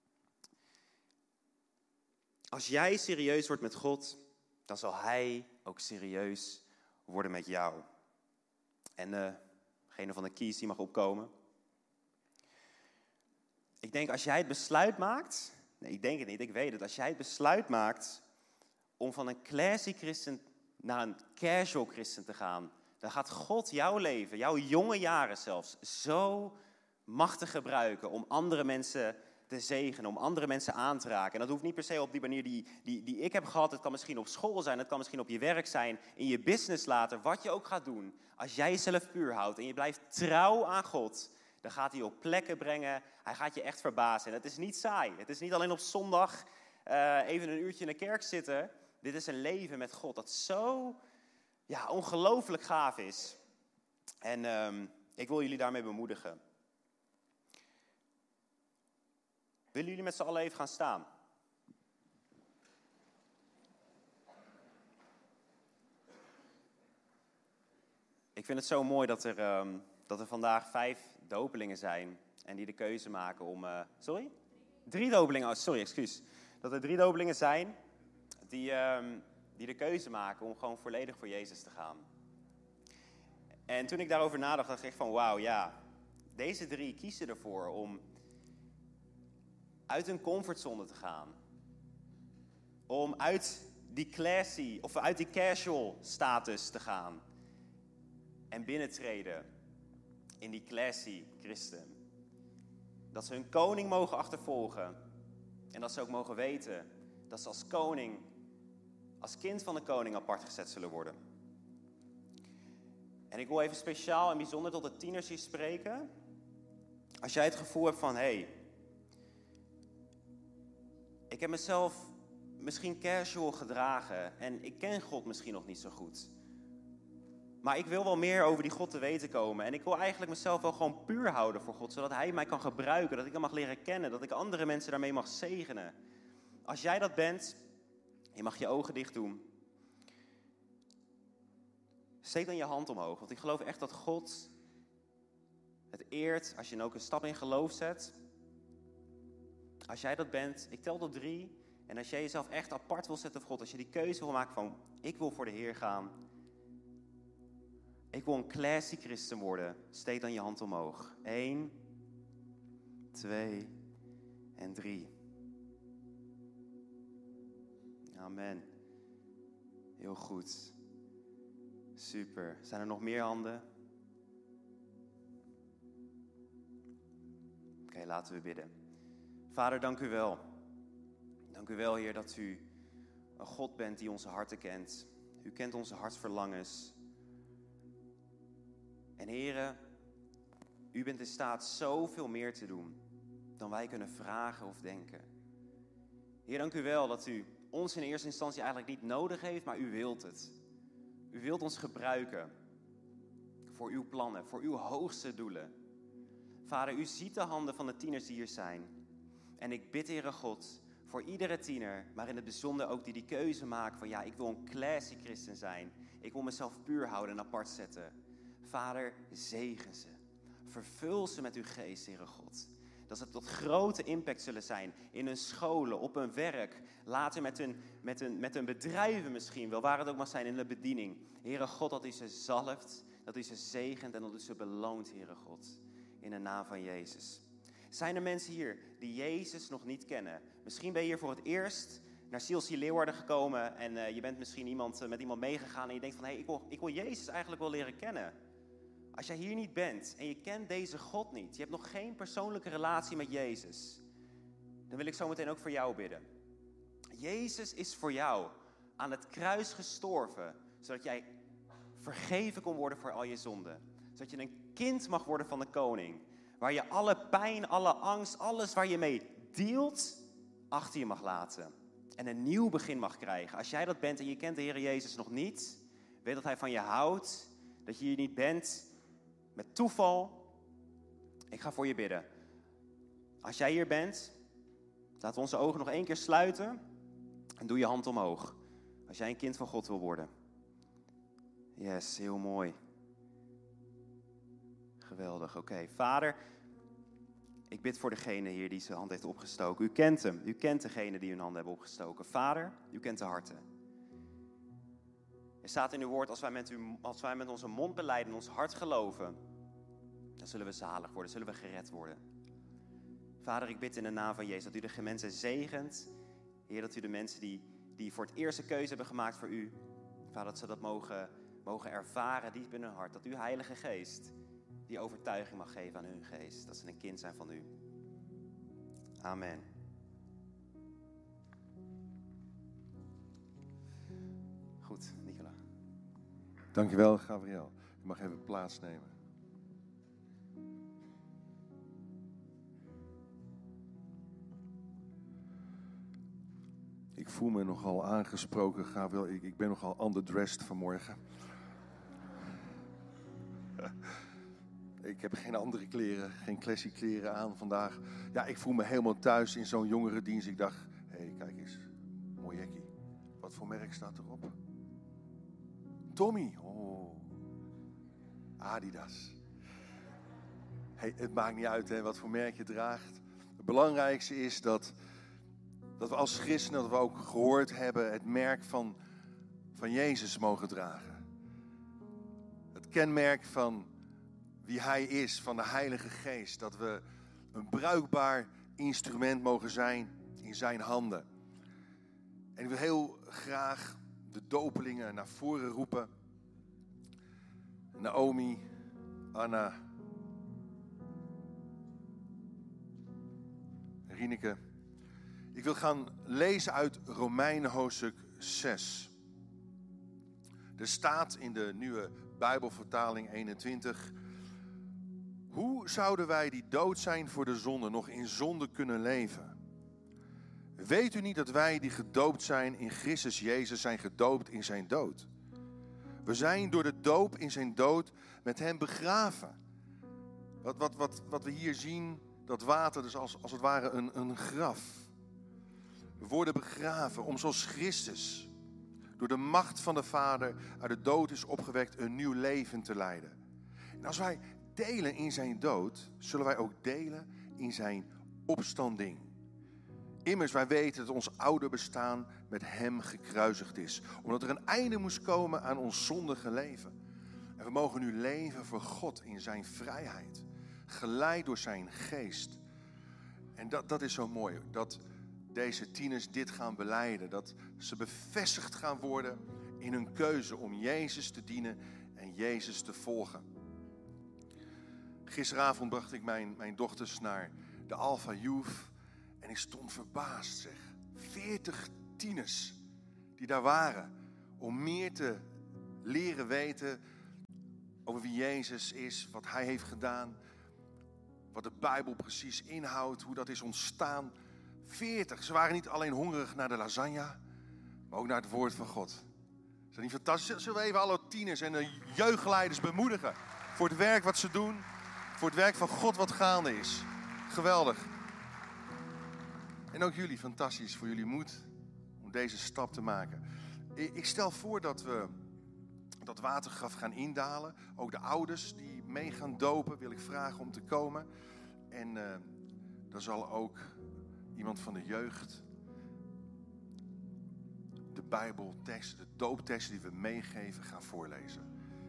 Als jij serieus wordt met God, dan zal Hij ook serieus worden met jou. En degene van de keys die mag opkomen. Ik denk als jij het besluit maakt, nee ik denk het niet, ik weet het. Als jij het besluit maakt om van een classy christen naar een casual christen te gaan, dan gaat God jouw leven, jouw jonge jaren zelfs, zo machtig gebruiken om andere mensen te zegenen, om andere mensen aan te raken. En dat hoeft niet per se op die manier die ik heb gehad. Het kan misschien op school zijn, het kan misschien op je werk zijn, in je business later, wat je ook gaat doen. Als jij jezelf puur houdt en je blijft trouw aan God, dan gaat hij op plekken brengen. Hij gaat je echt verbazen. En het is niet saai. Het is niet alleen op zondag even een uurtje in de kerk zitten. Dit is een leven met God dat zo ongelooflijk gaaf is. En ik wil jullie daarmee bemoedigen. Willen jullie met z'n allen even gaan staan? Ik vind het zo mooi dat er vandaag 5 dopelingen zijn en die de keuze maken om... 3 dopelingen, excuus. Dat er 3 dopelingen zijn die de keuze maken om gewoon volledig voor Jezus te gaan. En toen ik daarover nadacht, dacht ik van wauw, ja, deze 3 kiezen ervoor om uit hun comfortzone te gaan. Om uit die classy of uit die casual status te gaan. En binnentreden in die classy christen. Dat ze hun koning mogen achtervolgen. En dat ze ook mogen weten dat ze als koning, als kind van de koning apart gezet zullen worden. En ik wil even speciaal en bijzonder tot de tieners hier spreken. Als jij het gevoel hebt van, hey, ik heb mezelf misschien casual gedragen en ik ken God misschien nog niet zo goed. Maar ik wil wel meer over die God te weten komen. En ik wil eigenlijk mezelf wel gewoon puur houden voor God, zodat Hij mij kan gebruiken, dat ik Hem mag leren kennen, dat ik andere mensen daarmee mag zegenen. Als jij dat bent, je mag je ogen dicht doen. Steek dan je hand omhoog, want ik geloof echt dat God het eert als je dan ook een stap in geloof zet. Als jij dat bent, ik tel tot 3. En als jij jezelf echt apart wil zetten voor God, als je die keuze wil maken van, ik wil voor de Heer gaan. Ik wil een classy christen worden. Steek dan je hand omhoog. 1, 2 en 3. Amen. Heel goed. Super. Zijn er nog meer handen? Oké, laten we bidden. Vader, dank u wel. Dank u wel, Heer, dat u een God bent die onze harten kent. U kent onze hartsverlangens. En Heere, u bent in staat zoveel meer te doen dan wij kunnen vragen of denken. Heer, dank u wel dat u ons in eerste instantie eigenlijk niet nodig heeft, maar u wilt het. U wilt ons gebruiken voor uw plannen, voor uw hoogste doelen. Vader, u ziet de handen van de tieners die hier zijn. En ik bid, Heere God, voor iedere tiener, maar in het bijzonder ook die keuze maken van ja, ik wil een classy christen zijn. Ik wil mezelf puur houden en apart zetten. Vader, zegen ze. Vervul ze met uw geest, Heere God. Dat ze tot grote impact zullen zijn in hun scholen, op hun werk. Later met hun bedrijven misschien wel, waar het ook mag zijn in de bediening. Heere God, dat u ze zalft, dat u ze zegent en dat u ze beloont, Heere God. In de naam van Jezus. Zijn er mensen hier die Jezus nog niet kennen? Misschien ben je hier voor het eerst naar CLC Leeuwarden gekomen en je bent misschien met iemand meegegaan en je denkt van hey, ik wil Jezus eigenlijk wel leren kennen. Als jij hier niet bent en je kent deze God niet, je hebt nog geen persoonlijke relatie met Jezus, dan wil ik zo meteen ook voor jou bidden. Jezus is voor jou aan het kruis gestorven, zodat jij vergeven kon worden voor al je zonden. Zodat je een kind mag worden van de koning. Waar je alle pijn, alle angst, alles waar je mee dealt, achter je mag laten. En een nieuw begin mag krijgen. Als jij dat bent en je kent de Heer Jezus nog niet, weet dat Hij van je houdt. Dat je hier niet bent met toeval. Ik ga voor je bidden. Als jij hier bent, laten we onze ogen nog 1 keer sluiten. En doe je hand omhoog. Als jij een kind van God wil worden. Yes, heel mooi. Geweldig, oké. Vader, ik bid voor degene hier die zijn hand heeft opgestoken. U kent hem. U kent degene die hun handen hebben opgestoken. Vader, u kent de harten. Er staat in uw woord, als wij met onze mond belijden en ons hart geloven, dan zullen we zalig worden, zullen we gered worden. Vader, ik bid in de naam van Jezus dat u de mensen zegent. Heer, dat u de mensen die voor het eerst een keuze hebben gemaakt voor u, Vader, dat ze dat mogen ervaren diep in hun hart. Dat uw Heilige Geest die overtuiging mag geven aan hun geest. Dat ze een kind zijn van u. Amen. Goed, Nicola. Dankjewel, Gabriel. Je mag even plaatsnemen. Ik voel me nogal aangesproken, Gabriel. Ik ben nogal underdressed vanmorgen. Ik heb geen andere kleren, geen classy kleren aan vandaag. Ja, ik voel me helemaal thuis in zo'n jongerendienst. Ik dacht, hé, kijk eens, mooi jackie. Wat voor merk staat erop? Tommy. Oh, Adidas. Hey, het maakt niet uit hè, wat voor merk je draagt. Het belangrijkste is dat we als christenen, dat we ook gehoord hebben, het merk van Jezus mogen dragen. Het kenmerk van wie Hij is, van de Heilige Geest. Dat we een bruikbaar instrument mogen zijn in zijn handen. En ik wil heel graag de dopelingen naar voren roepen. Naomi, Anna, Rieneke. Ik wil gaan lezen uit Romeinen hoofdstuk 6. Er staat in de nieuwe Bijbelvertaling 21... Hoe zouden wij die dood zijn voor de zonde nog in zonde kunnen leven? Weet u niet dat wij die gedoopt zijn in Christus Jezus zijn gedoopt in zijn dood? We zijn door de doop in zijn dood met hem begraven. Wat we hier zien, dat water is als het ware een graf. We worden begraven om zoals Christus door de macht van de Vader uit de dood is opgewekt een nieuw leven te leiden. En als wij delen in zijn dood, zullen wij ook delen in zijn opstanding. Immers, wij weten dat ons oude bestaan met hem gekruisigd is. Omdat er een einde moest komen aan ons zondige leven. En we mogen nu leven voor God in zijn vrijheid. Geleid door zijn geest. En dat is zo mooi. Dat deze tieners dit gaan belijden. Dat ze bevestigd gaan worden in hun keuze om Jezus te dienen en Jezus te volgen. Gisteravond bracht ik mijn dochters naar de Alpha Youth en ik stond verbaasd, zeg. 40 tieners die daar waren om meer te leren weten over wie Jezus is, wat Hij heeft gedaan, wat de Bijbel precies inhoudt, hoe dat is ontstaan. 40, ze waren niet alleen hongerig naar de lasagne, maar ook naar het woord van God. Is dat niet fantastisch? Zullen we even alle tieners en de jeugdleiders bemoedigen voor het werk wat ze doen, voor het werk van God wat gaande is. Geweldig. En ook jullie, fantastisch voor jullie moed om deze stap te maken. Ik stel voor dat we dat watergraf gaan indalen. Ook de ouders die mee gaan dopen wil ik vragen om te komen. En dan zal ook iemand van de jeugd de Bijbelteksten, de doopteksten die we meegeven gaan voorlezen.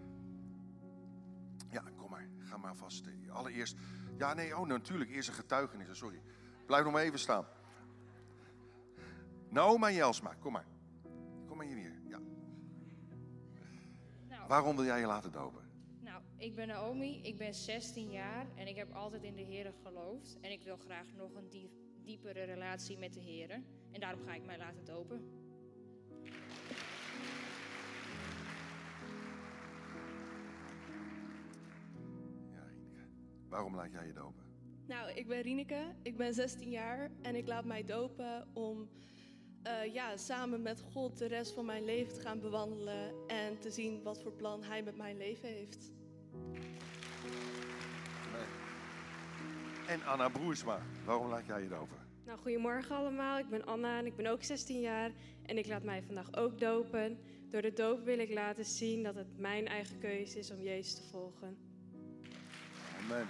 Ja, kom maar. Ga maar vast. Allereerst, ja nee, oh natuurlijk, eerst een getuigenis, sorry. Blijf nog maar even staan. Naoma Jelsma, kom maar. Kom maar hier. Ja. Nou, Waarom wil jij je laten dopen? nou, ik ben Naomi, ik ben 16 jaar en ik heb altijd in de Heer geloofd. En ik wil graag nog een diepere relatie met de Heer. En daarom ga ik mij laten dopen. Ja, Rieneke. Waarom laat jij je dopen? Nou, ik ben Rieneke, ik ben 16 jaar en ik laat mij dopen om samen met God de rest van mijn leven te gaan bewandelen en te zien wat voor plan Hij met mijn leven heeft. En Anna Broersma, waarom laat jij je dopen? Nou, goedemorgen allemaal. Ik ben Anna en ik ben ook 16 jaar. En ik laat mij vandaag ook dopen. Door de doop wil ik laten zien dat het mijn eigen keuze is om Jezus te volgen. Amen.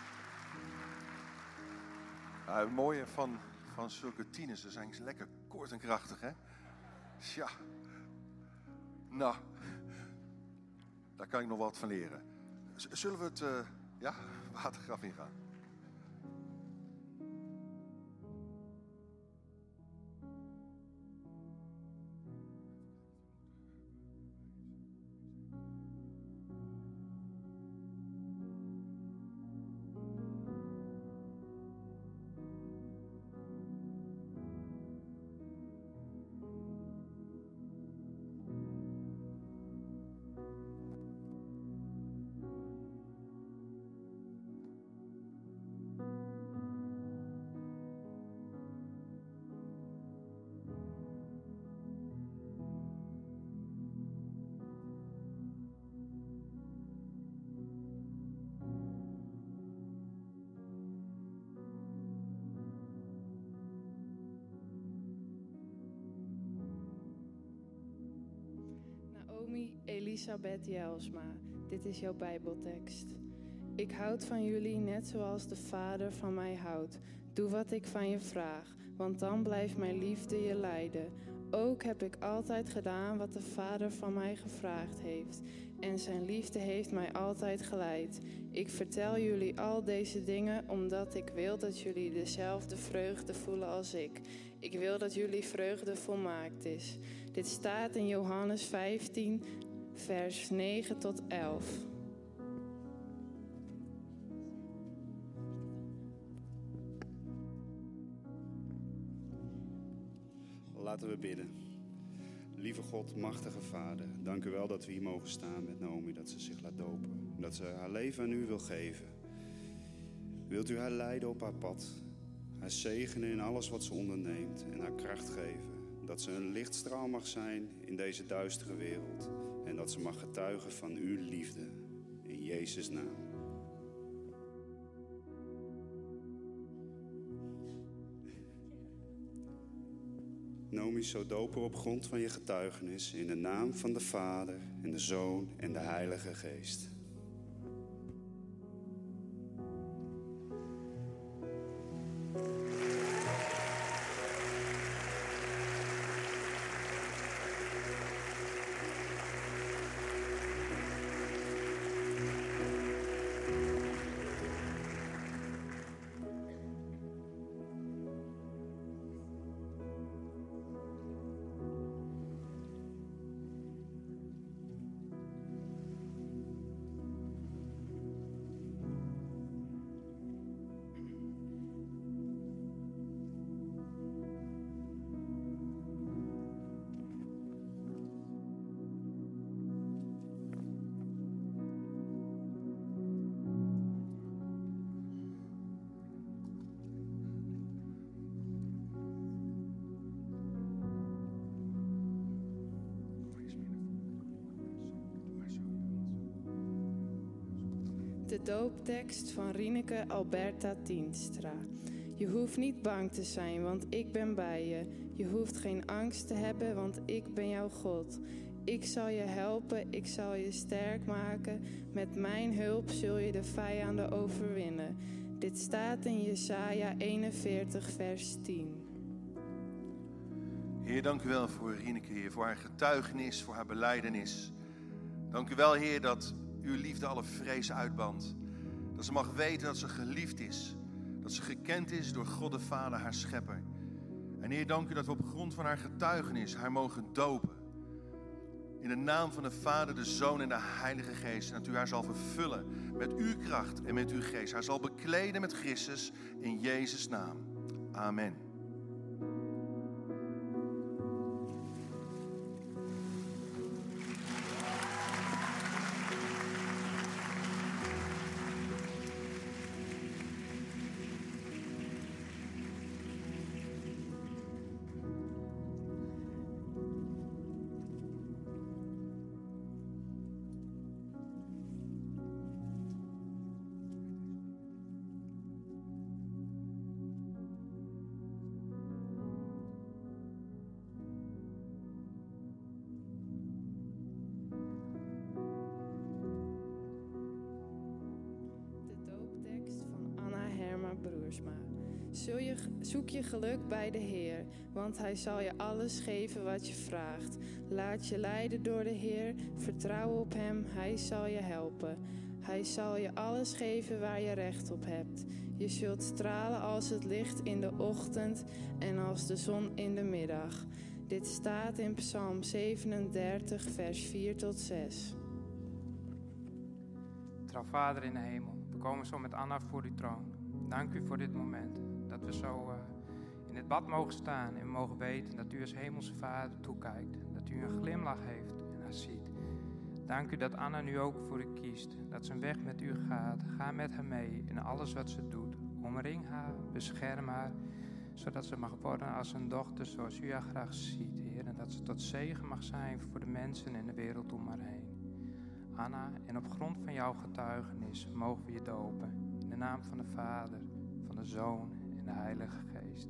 Nou, het mooie van zulke tieners, ze zijn lekker kort en krachtig, hè? Tja. Nou, daar kan ik nog wat van leren. Zullen we het watergraf ingaan? Naomi Elisabeth Jelsma, dit is jouw Bijbeltekst. Ik houd van jullie net zoals de Vader van mij houdt. Doe wat ik van je vraag, want dan blijft mijn liefde je leiden. Ook heb ik altijd gedaan wat de Vader van mij gevraagd heeft. En zijn liefde heeft mij altijd geleid. Ik vertel jullie al deze dingen omdat ik wil dat jullie dezelfde vreugde voelen als ik. Ik wil dat jullie vreugde volmaakt is. Dit staat in Johannes 15, vers 9 tot 11. Laten we bidden. Lieve God, machtige Vader, dank u wel dat we hier mogen staan met Naomi, dat ze zich laat dopen. Dat ze haar leven aan u wil geven. Wilt u haar leiden op haar pad, haar zegenen in alles wat ze onderneemt en haar kracht geven. Dat ze een lichtstraal mag zijn in deze duistere wereld. En dat ze mag getuigen van uw liefde. In Jezus' naam. Naomi, zo dopen op grond van je getuigenis. In de naam van de Vader en de Zoon en de Heilige Geest. De dooptekst van Rieneke Alberta Tienstra. Je hoeft niet bang te zijn, want ik ben bij je. Je hoeft geen angst te hebben, want ik ben jouw God. Ik zal je helpen, ik zal je sterk maken. Met mijn hulp zul je de vijanden overwinnen. Dit staat in Jesaja 41, vers 10. Heer, dank u wel voor Rieneke, Heer, voor haar getuigenis, voor haar belijdenis. Dank u wel, Heer, dat uw liefde alle vrees uitbandt. Dat ze mag weten dat ze geliefd is. Dat ze gekend is door God de Vader, haar schepper. En Heer, dank u dat we op grond van haar getuigenis haar mogen dopen. In de naam van de Vader, de Zoon en de Heilige Geest. En dat u haar zal vervullen met uw kracht en met uw geest. Haar zal bekleden met Christus in Jezus' naam. Amen. Zoek je geluk bij de Heer, want Hij zal je alles geven wat je vraagt. Laat je leiden door de Heer, vertrouw op Hem, Hij zal je helpen. Hij zal je alles geven waar je recht op hebt. Je zult stralen als het licht in de ochtend en als de zon in de middag. Dit staat in Psalm 37, vers 4 tot 6. Trouw Vader in de hemel, we komen zo met Anna voor uw troon. Dank u voor dit moment. Dat we zo in het bad mogen staan en mogen weten dat u als hemelse Vader toekijkt. Dat u een glimlach heeft en haar ziet. Dank u dat Anna nu ook voor u kiest. Dat ze een weg met u gaat. Ga met haar mee in alles wat ze doet. Omring haar, bescherm haar. Zodat ze mag worden als een dochter zoals u haar graag ziet, Heer. En dat ze tot zegen mag zijn voor de mensen in de wereld om haar heen. Anna, en op grond van jouw getuigenis mogen we je dopen. In de naam van de Vader, van de Zoon en de Heilige Geest.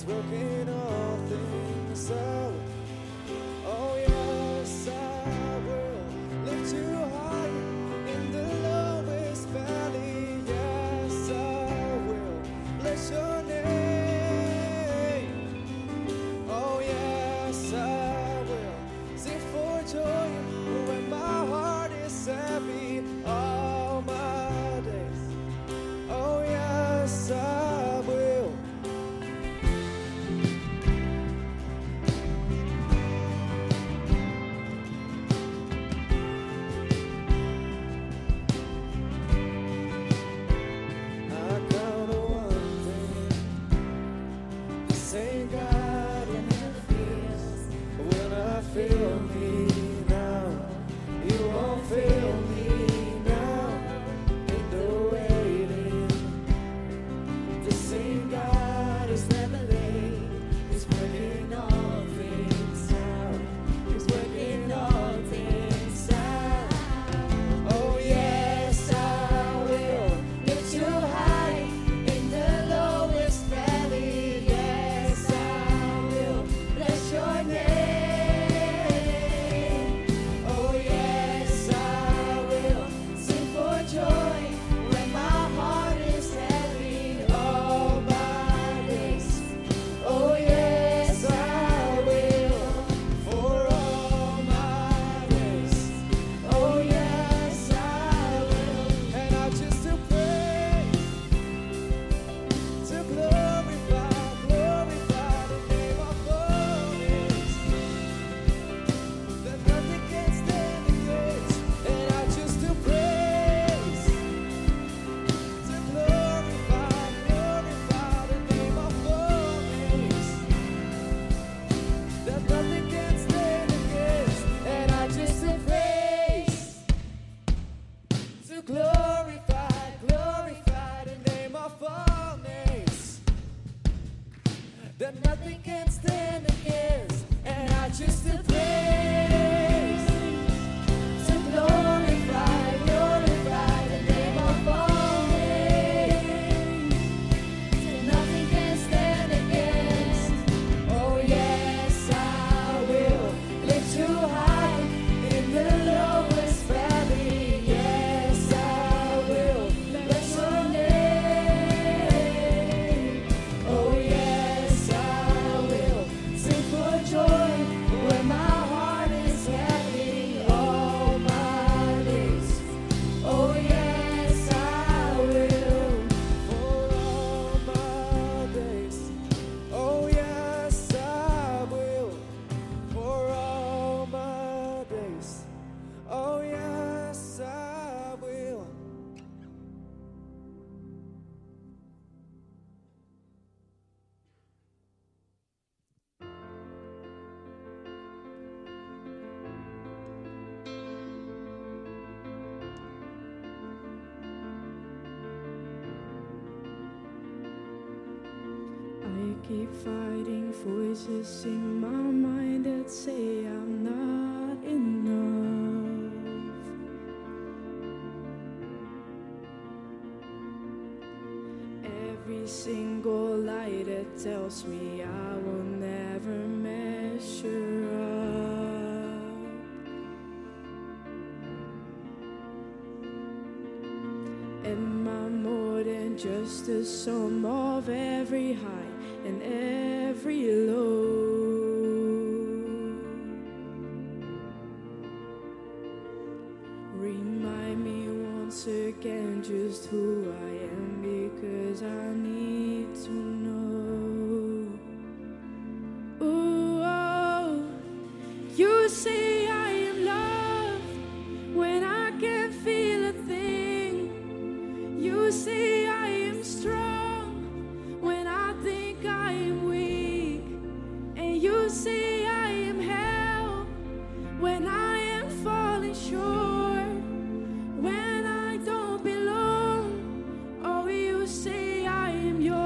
working all things out. Oh yes, I will lift you high in the lowest valley. Yes, I will bless your name. Oh yes, I will sing for joy when my heart is heavy all my days. Oh yes, I will. I count on one thing, the same God in the fields. When I feel me now, you won't feel me now. In the waiting, the same God is never late. He's working all things out. He's working all things out. Oh yes, I will lift you high in the lowest valley. Yes, I will bless your name. Oh yes, I will sing for joy when my heart is heavy all my days. Oh yes, I will for all my days. Oh yes, I will, and I just to praise, to glorify the name of holiness. That nothing can stand against, and I just to praise, to glorify the name of holiness. That nothing can stand against, and I just to praise, to glorify the name of holiness. That nothing can stand against, and I just to praise, to glorify the name of holiness. That nothing can stand against. Oh yes, I will lift you high in the lowest valley. Yes, I will bless your name. Oh yes, I will sing for joy when my heart is heavy all my days. Oh yes, I will for all my days. Oh yes, I will for all my days. Oh yes, I will. I keep fighting voices in my mind that say I'm not enough. Every single lie that tells me I will never measure up. Am I more than just the sum of every high and every low? Remind me once again just who I am, because I need to know. Ooh, oh, you say I am loved when I can't feel a thing. You say I am strong when I think I am weak. And you say I am held when I am falling short, when I don't belong. Oh, you say I am yours.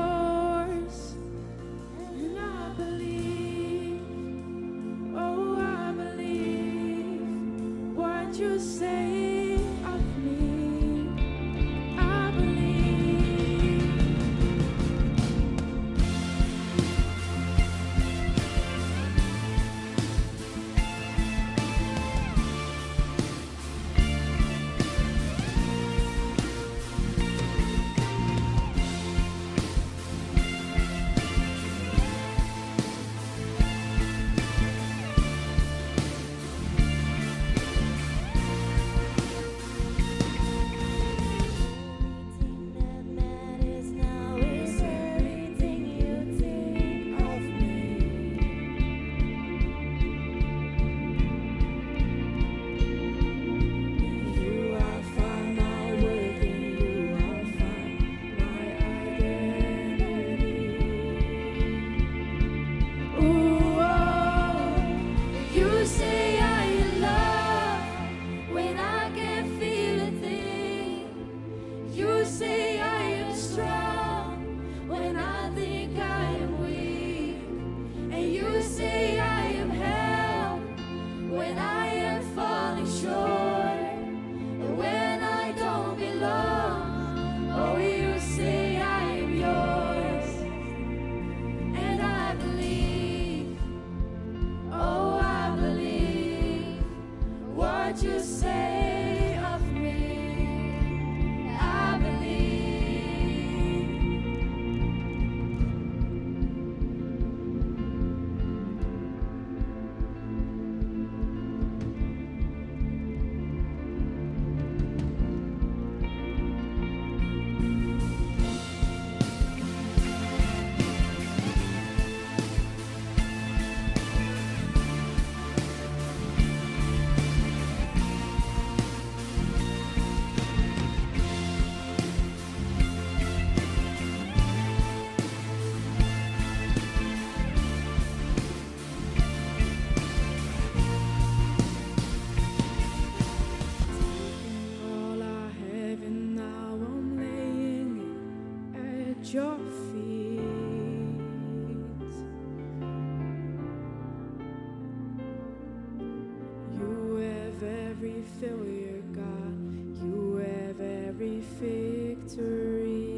every failure, God. You have every victory.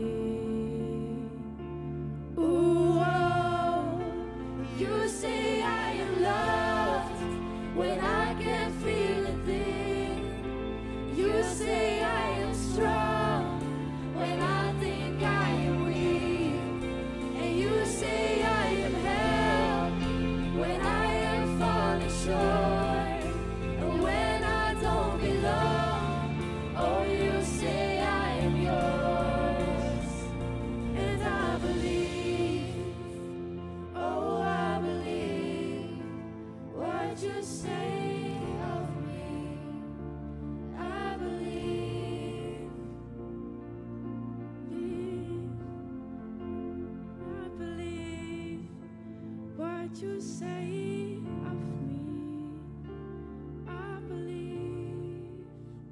Ooh, oh, you say I am loved when I can't feel a thing. You say I am strong when I think I am weak. And you say I am held when I am falling short. And when I don't belong, oh, you say I am yours. And I believe, oh, I believe what you say of me. I believe, I believe what you say of me. I believe.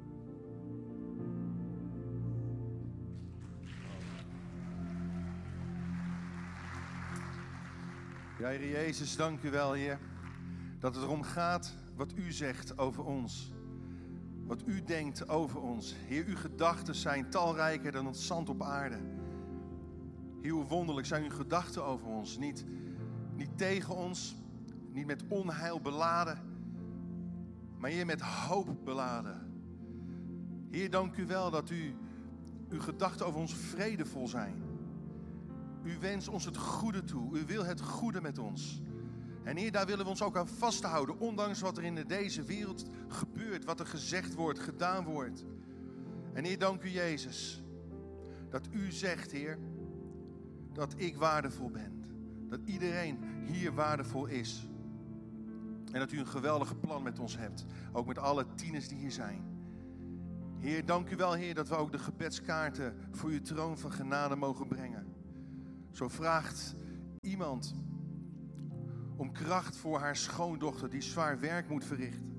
Ja, Heer Jezus, dank u wel, Heer, dat het erom gaat wat u zegt over ons. Wat u denkt over ons. Heer, uw gedachten zijn talrijker dan het zand op aarde. Heer, hoe wonderlijk zijn uw gedachten over ons. Niet tegen ons, niet met onheil beladen, maar Heer, met hoop beladen. Heer, dank u wel dat uw gedachten over ons vredevol zijn. U wenst ons het goede toe. U wil het goede met ons. En Heer, daar willen we ons ook aan vasthouden. Ondanks wat er in deze wereld gebeurt. Wat er gezegd wordt, gedaan wordt. En Heer, dank u Jezus. Dat u zegt, Heer, dat ik waardevol ben. Dat iedereen hier waardevol is. En dat u een geweldige plan met ons hebt. Ook met alle tieners die hier zijn. Heer, dank u wel, Heer, dat we ook de gebedskaarten voor uw troon van genade mogen brengen. Zo vraagt iemand om kracht voor haar schoondochter die zwaar werk moet verrichten.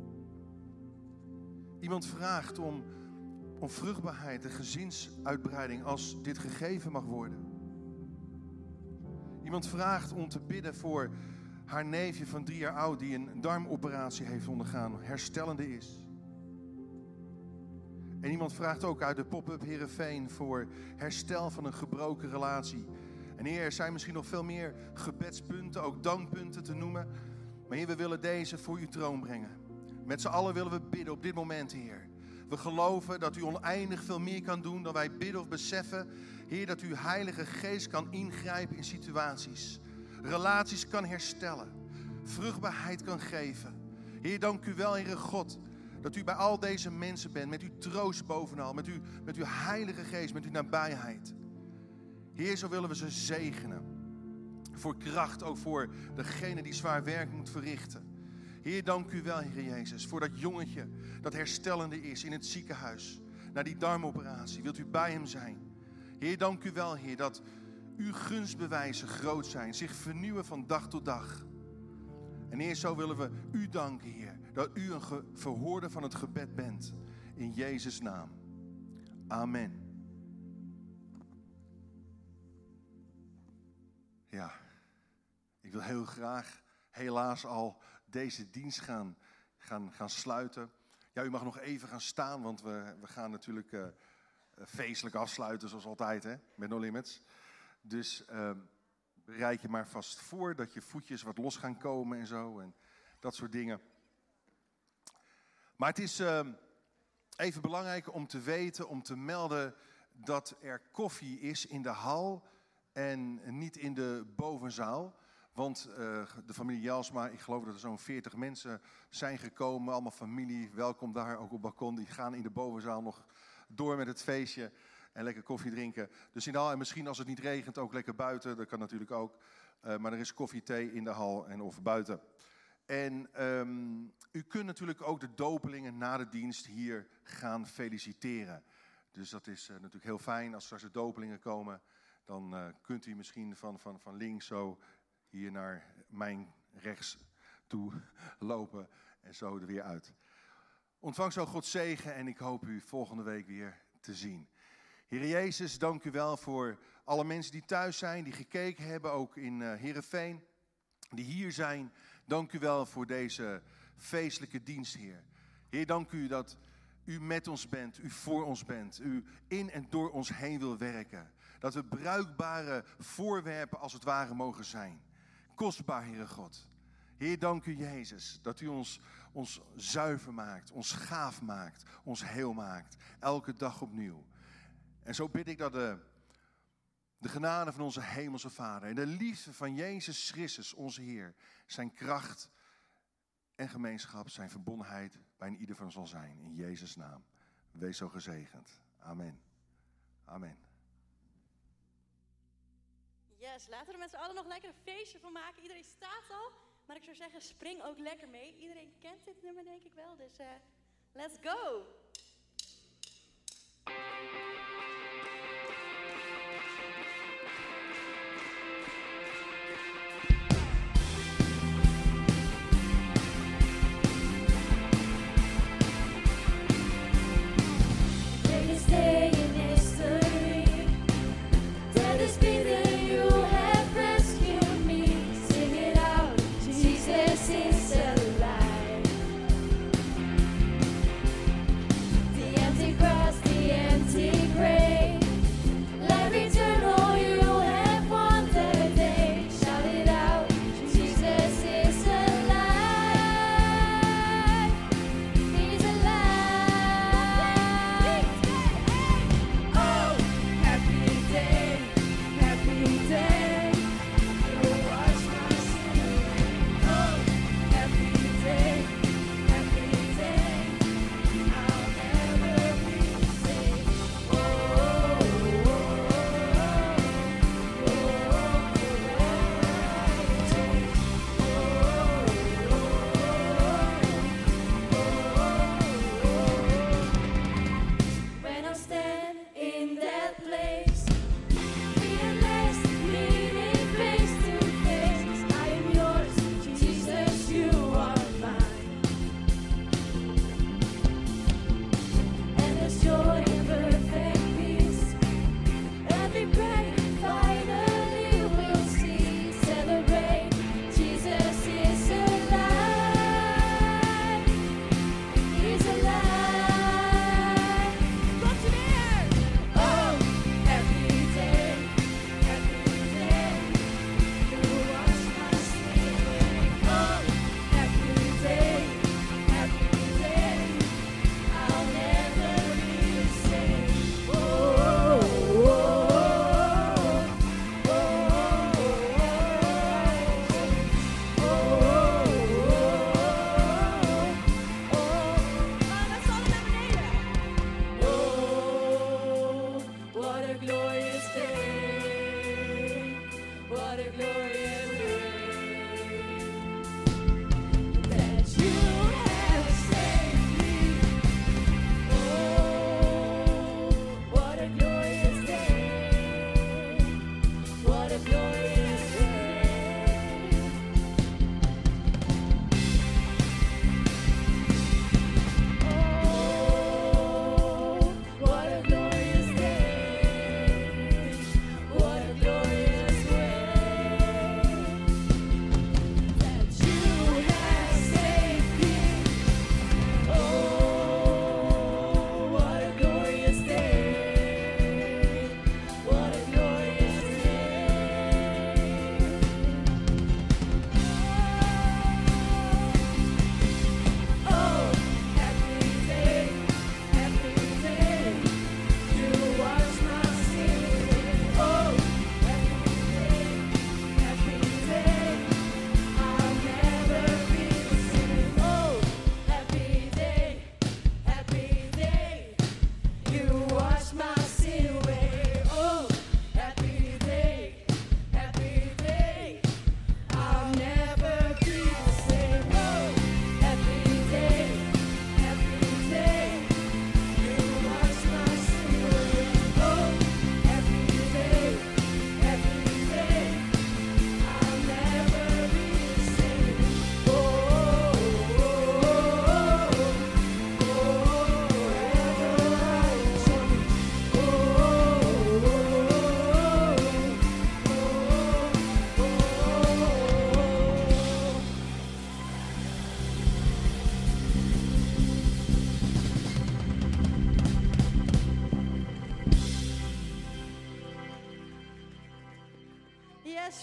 Iemand vraagt om vruchtbaarheid en gezinsuitbreiding als dit gegeven mag worden. Iemand vraagt om te bidden voor haar neefje van 3 jaar oud die een darmoperatie heeft ondergaan, herstellende is. En iemand vraagt ook uit de pop-up Heerenveen voor herstel van een gebroken relatie. En Heer, er zijn misschien nog veel meer gebedspunten, ook dankpunten te noemen. Maar Heer, we willen deze voor uw troon brengen. Met z'n allen willen we bidden op dit moment, Heer. We geloven dat u oneindig veel meer kan doen dan wij bidden of beseffen. Heer, dat uw Heilige Geest kan ingrijpen in situaties. Relaties kan herstellen. Vruchtbaarheid kan geven. Heer, dank u wel, Heere God, dat u bij al deze mensen bent. Met uw troost bovenal, met uw Heilige Geest, met uw nabijheid. Heer, zo willen we ze zegenen. Voor kracht, ook voor degene die zwaar werk moet verrichten. Heer, dank u wel, Heer Jezus, voor dat jongetje dat herstellende is in het ziekenhuis. Na die darmoperatie, wilt u bij hem zijn. Heer, dank u wel, Heer, dat uw gunstbewijzen groot zijn. Zich vernieuwen van dag tot dag. En Heer, zo willen we u danken, Heer, dat u een verhoorder van het gebed bent. In Jezus' naam. Amen. Ja, ik wil heel graag helaas al deze dienst gaan sluiten. Ja, u mag nog even gaan staan, want we gaan natuurlijk feestelijk afsluiten zoals altijd, hè, met No Limits. Dus bereid je maar vast voor dat je voetjes wat los gaan komen en zo en dat soort dingen. Maar het is even belangrijk om te weten, om te melden dat er koffie is in de hal en niet in de bovenzaal. Want de familie Jelsma, ik geloof dat er zo'n 40 mensen zijn gekomen. Allemaal familie, welkom daar, ook op het balkon. Die gaan in de bovenzaal nog door met het feestje en lekker koffie drinken. Dus in de hal, en misschien als het niet regent, ook lekker buiten. Dat kan natuurlijk ook. Maar er is koffie, thee in de hal en of buiten. En u kunt natuurlijk ook de dopelingen na de dienst hier gaan feliciteren. Dus dat is natuurlijk heel fijn. Als straks de dopelingen komen, dan kunt u misschien van links zo hier naar mijn rechts toe lopen en zo er weer uit. Ontvang zo Gods zegen en ik hoop u volgende week weer te zien. Heer Jezus, dank u wel voor alle mensen die thuis zijn, die gekeken hebben, ook in Heerenveen, die hier zijn. Dank u wel voor deze feestelijke dienst, Heer. Heer, dank u dat u met ons bent, u voor ons bent, u in en door ons heen wil werken. Dat we bruikbare voorwerpen als het ware mogen zijn. Kostbaar, Heere God. Heer, dank u, Jezus, dat u ons zuiver maakt, ons gaaf maakt, ons heel maakt. Elke dag opnieuw. En zo bid ik dat de genade van onze hemelse Vader en de liefde van Jezus Christus, onze Heer, zijn kracht en gemeenschap, zijn verbondenheid bij ieder van ons zal zijn. In Jezus' naam. Wees zo gezegend. Amen. Amen. Yes, laten we er met z'n allen nog lekker een feestje van maken. Iedereen staat al, maar ik zou zeggen, spring ook lekker mee. Iedereen kent dit nummer denk ik wel, dus let's go! The empty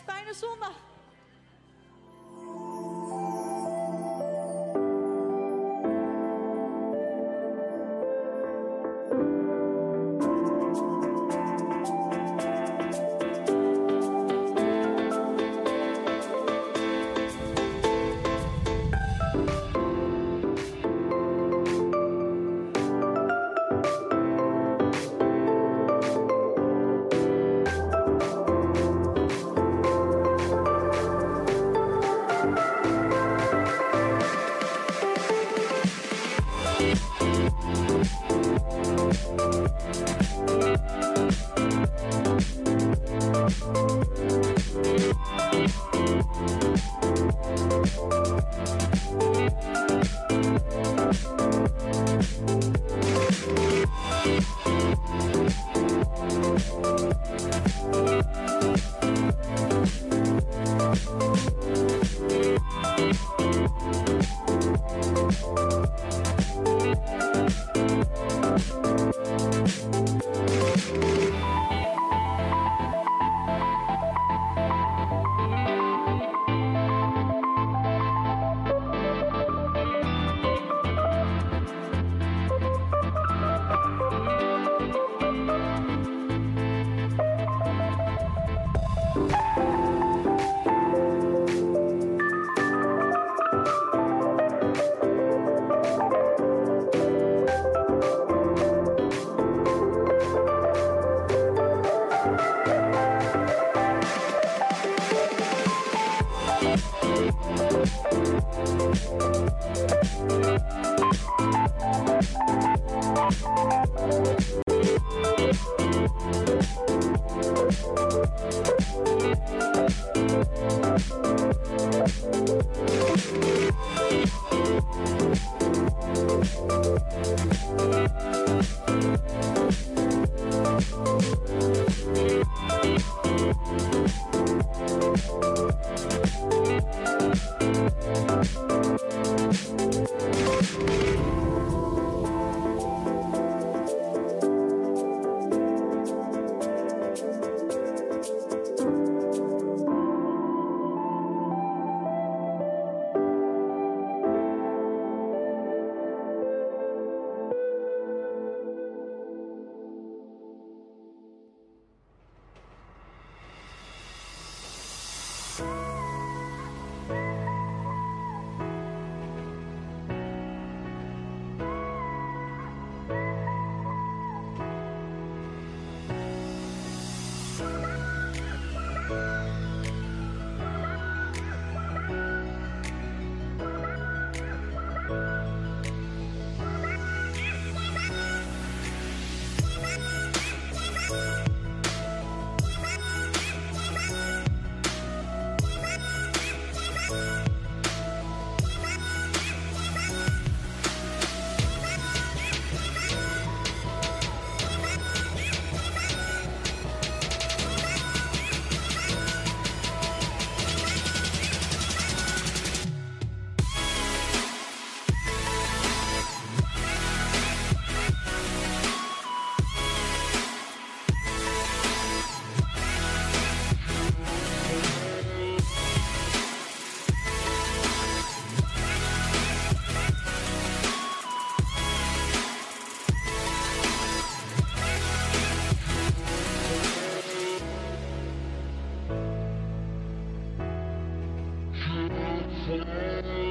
Fijne zondag. Thank you.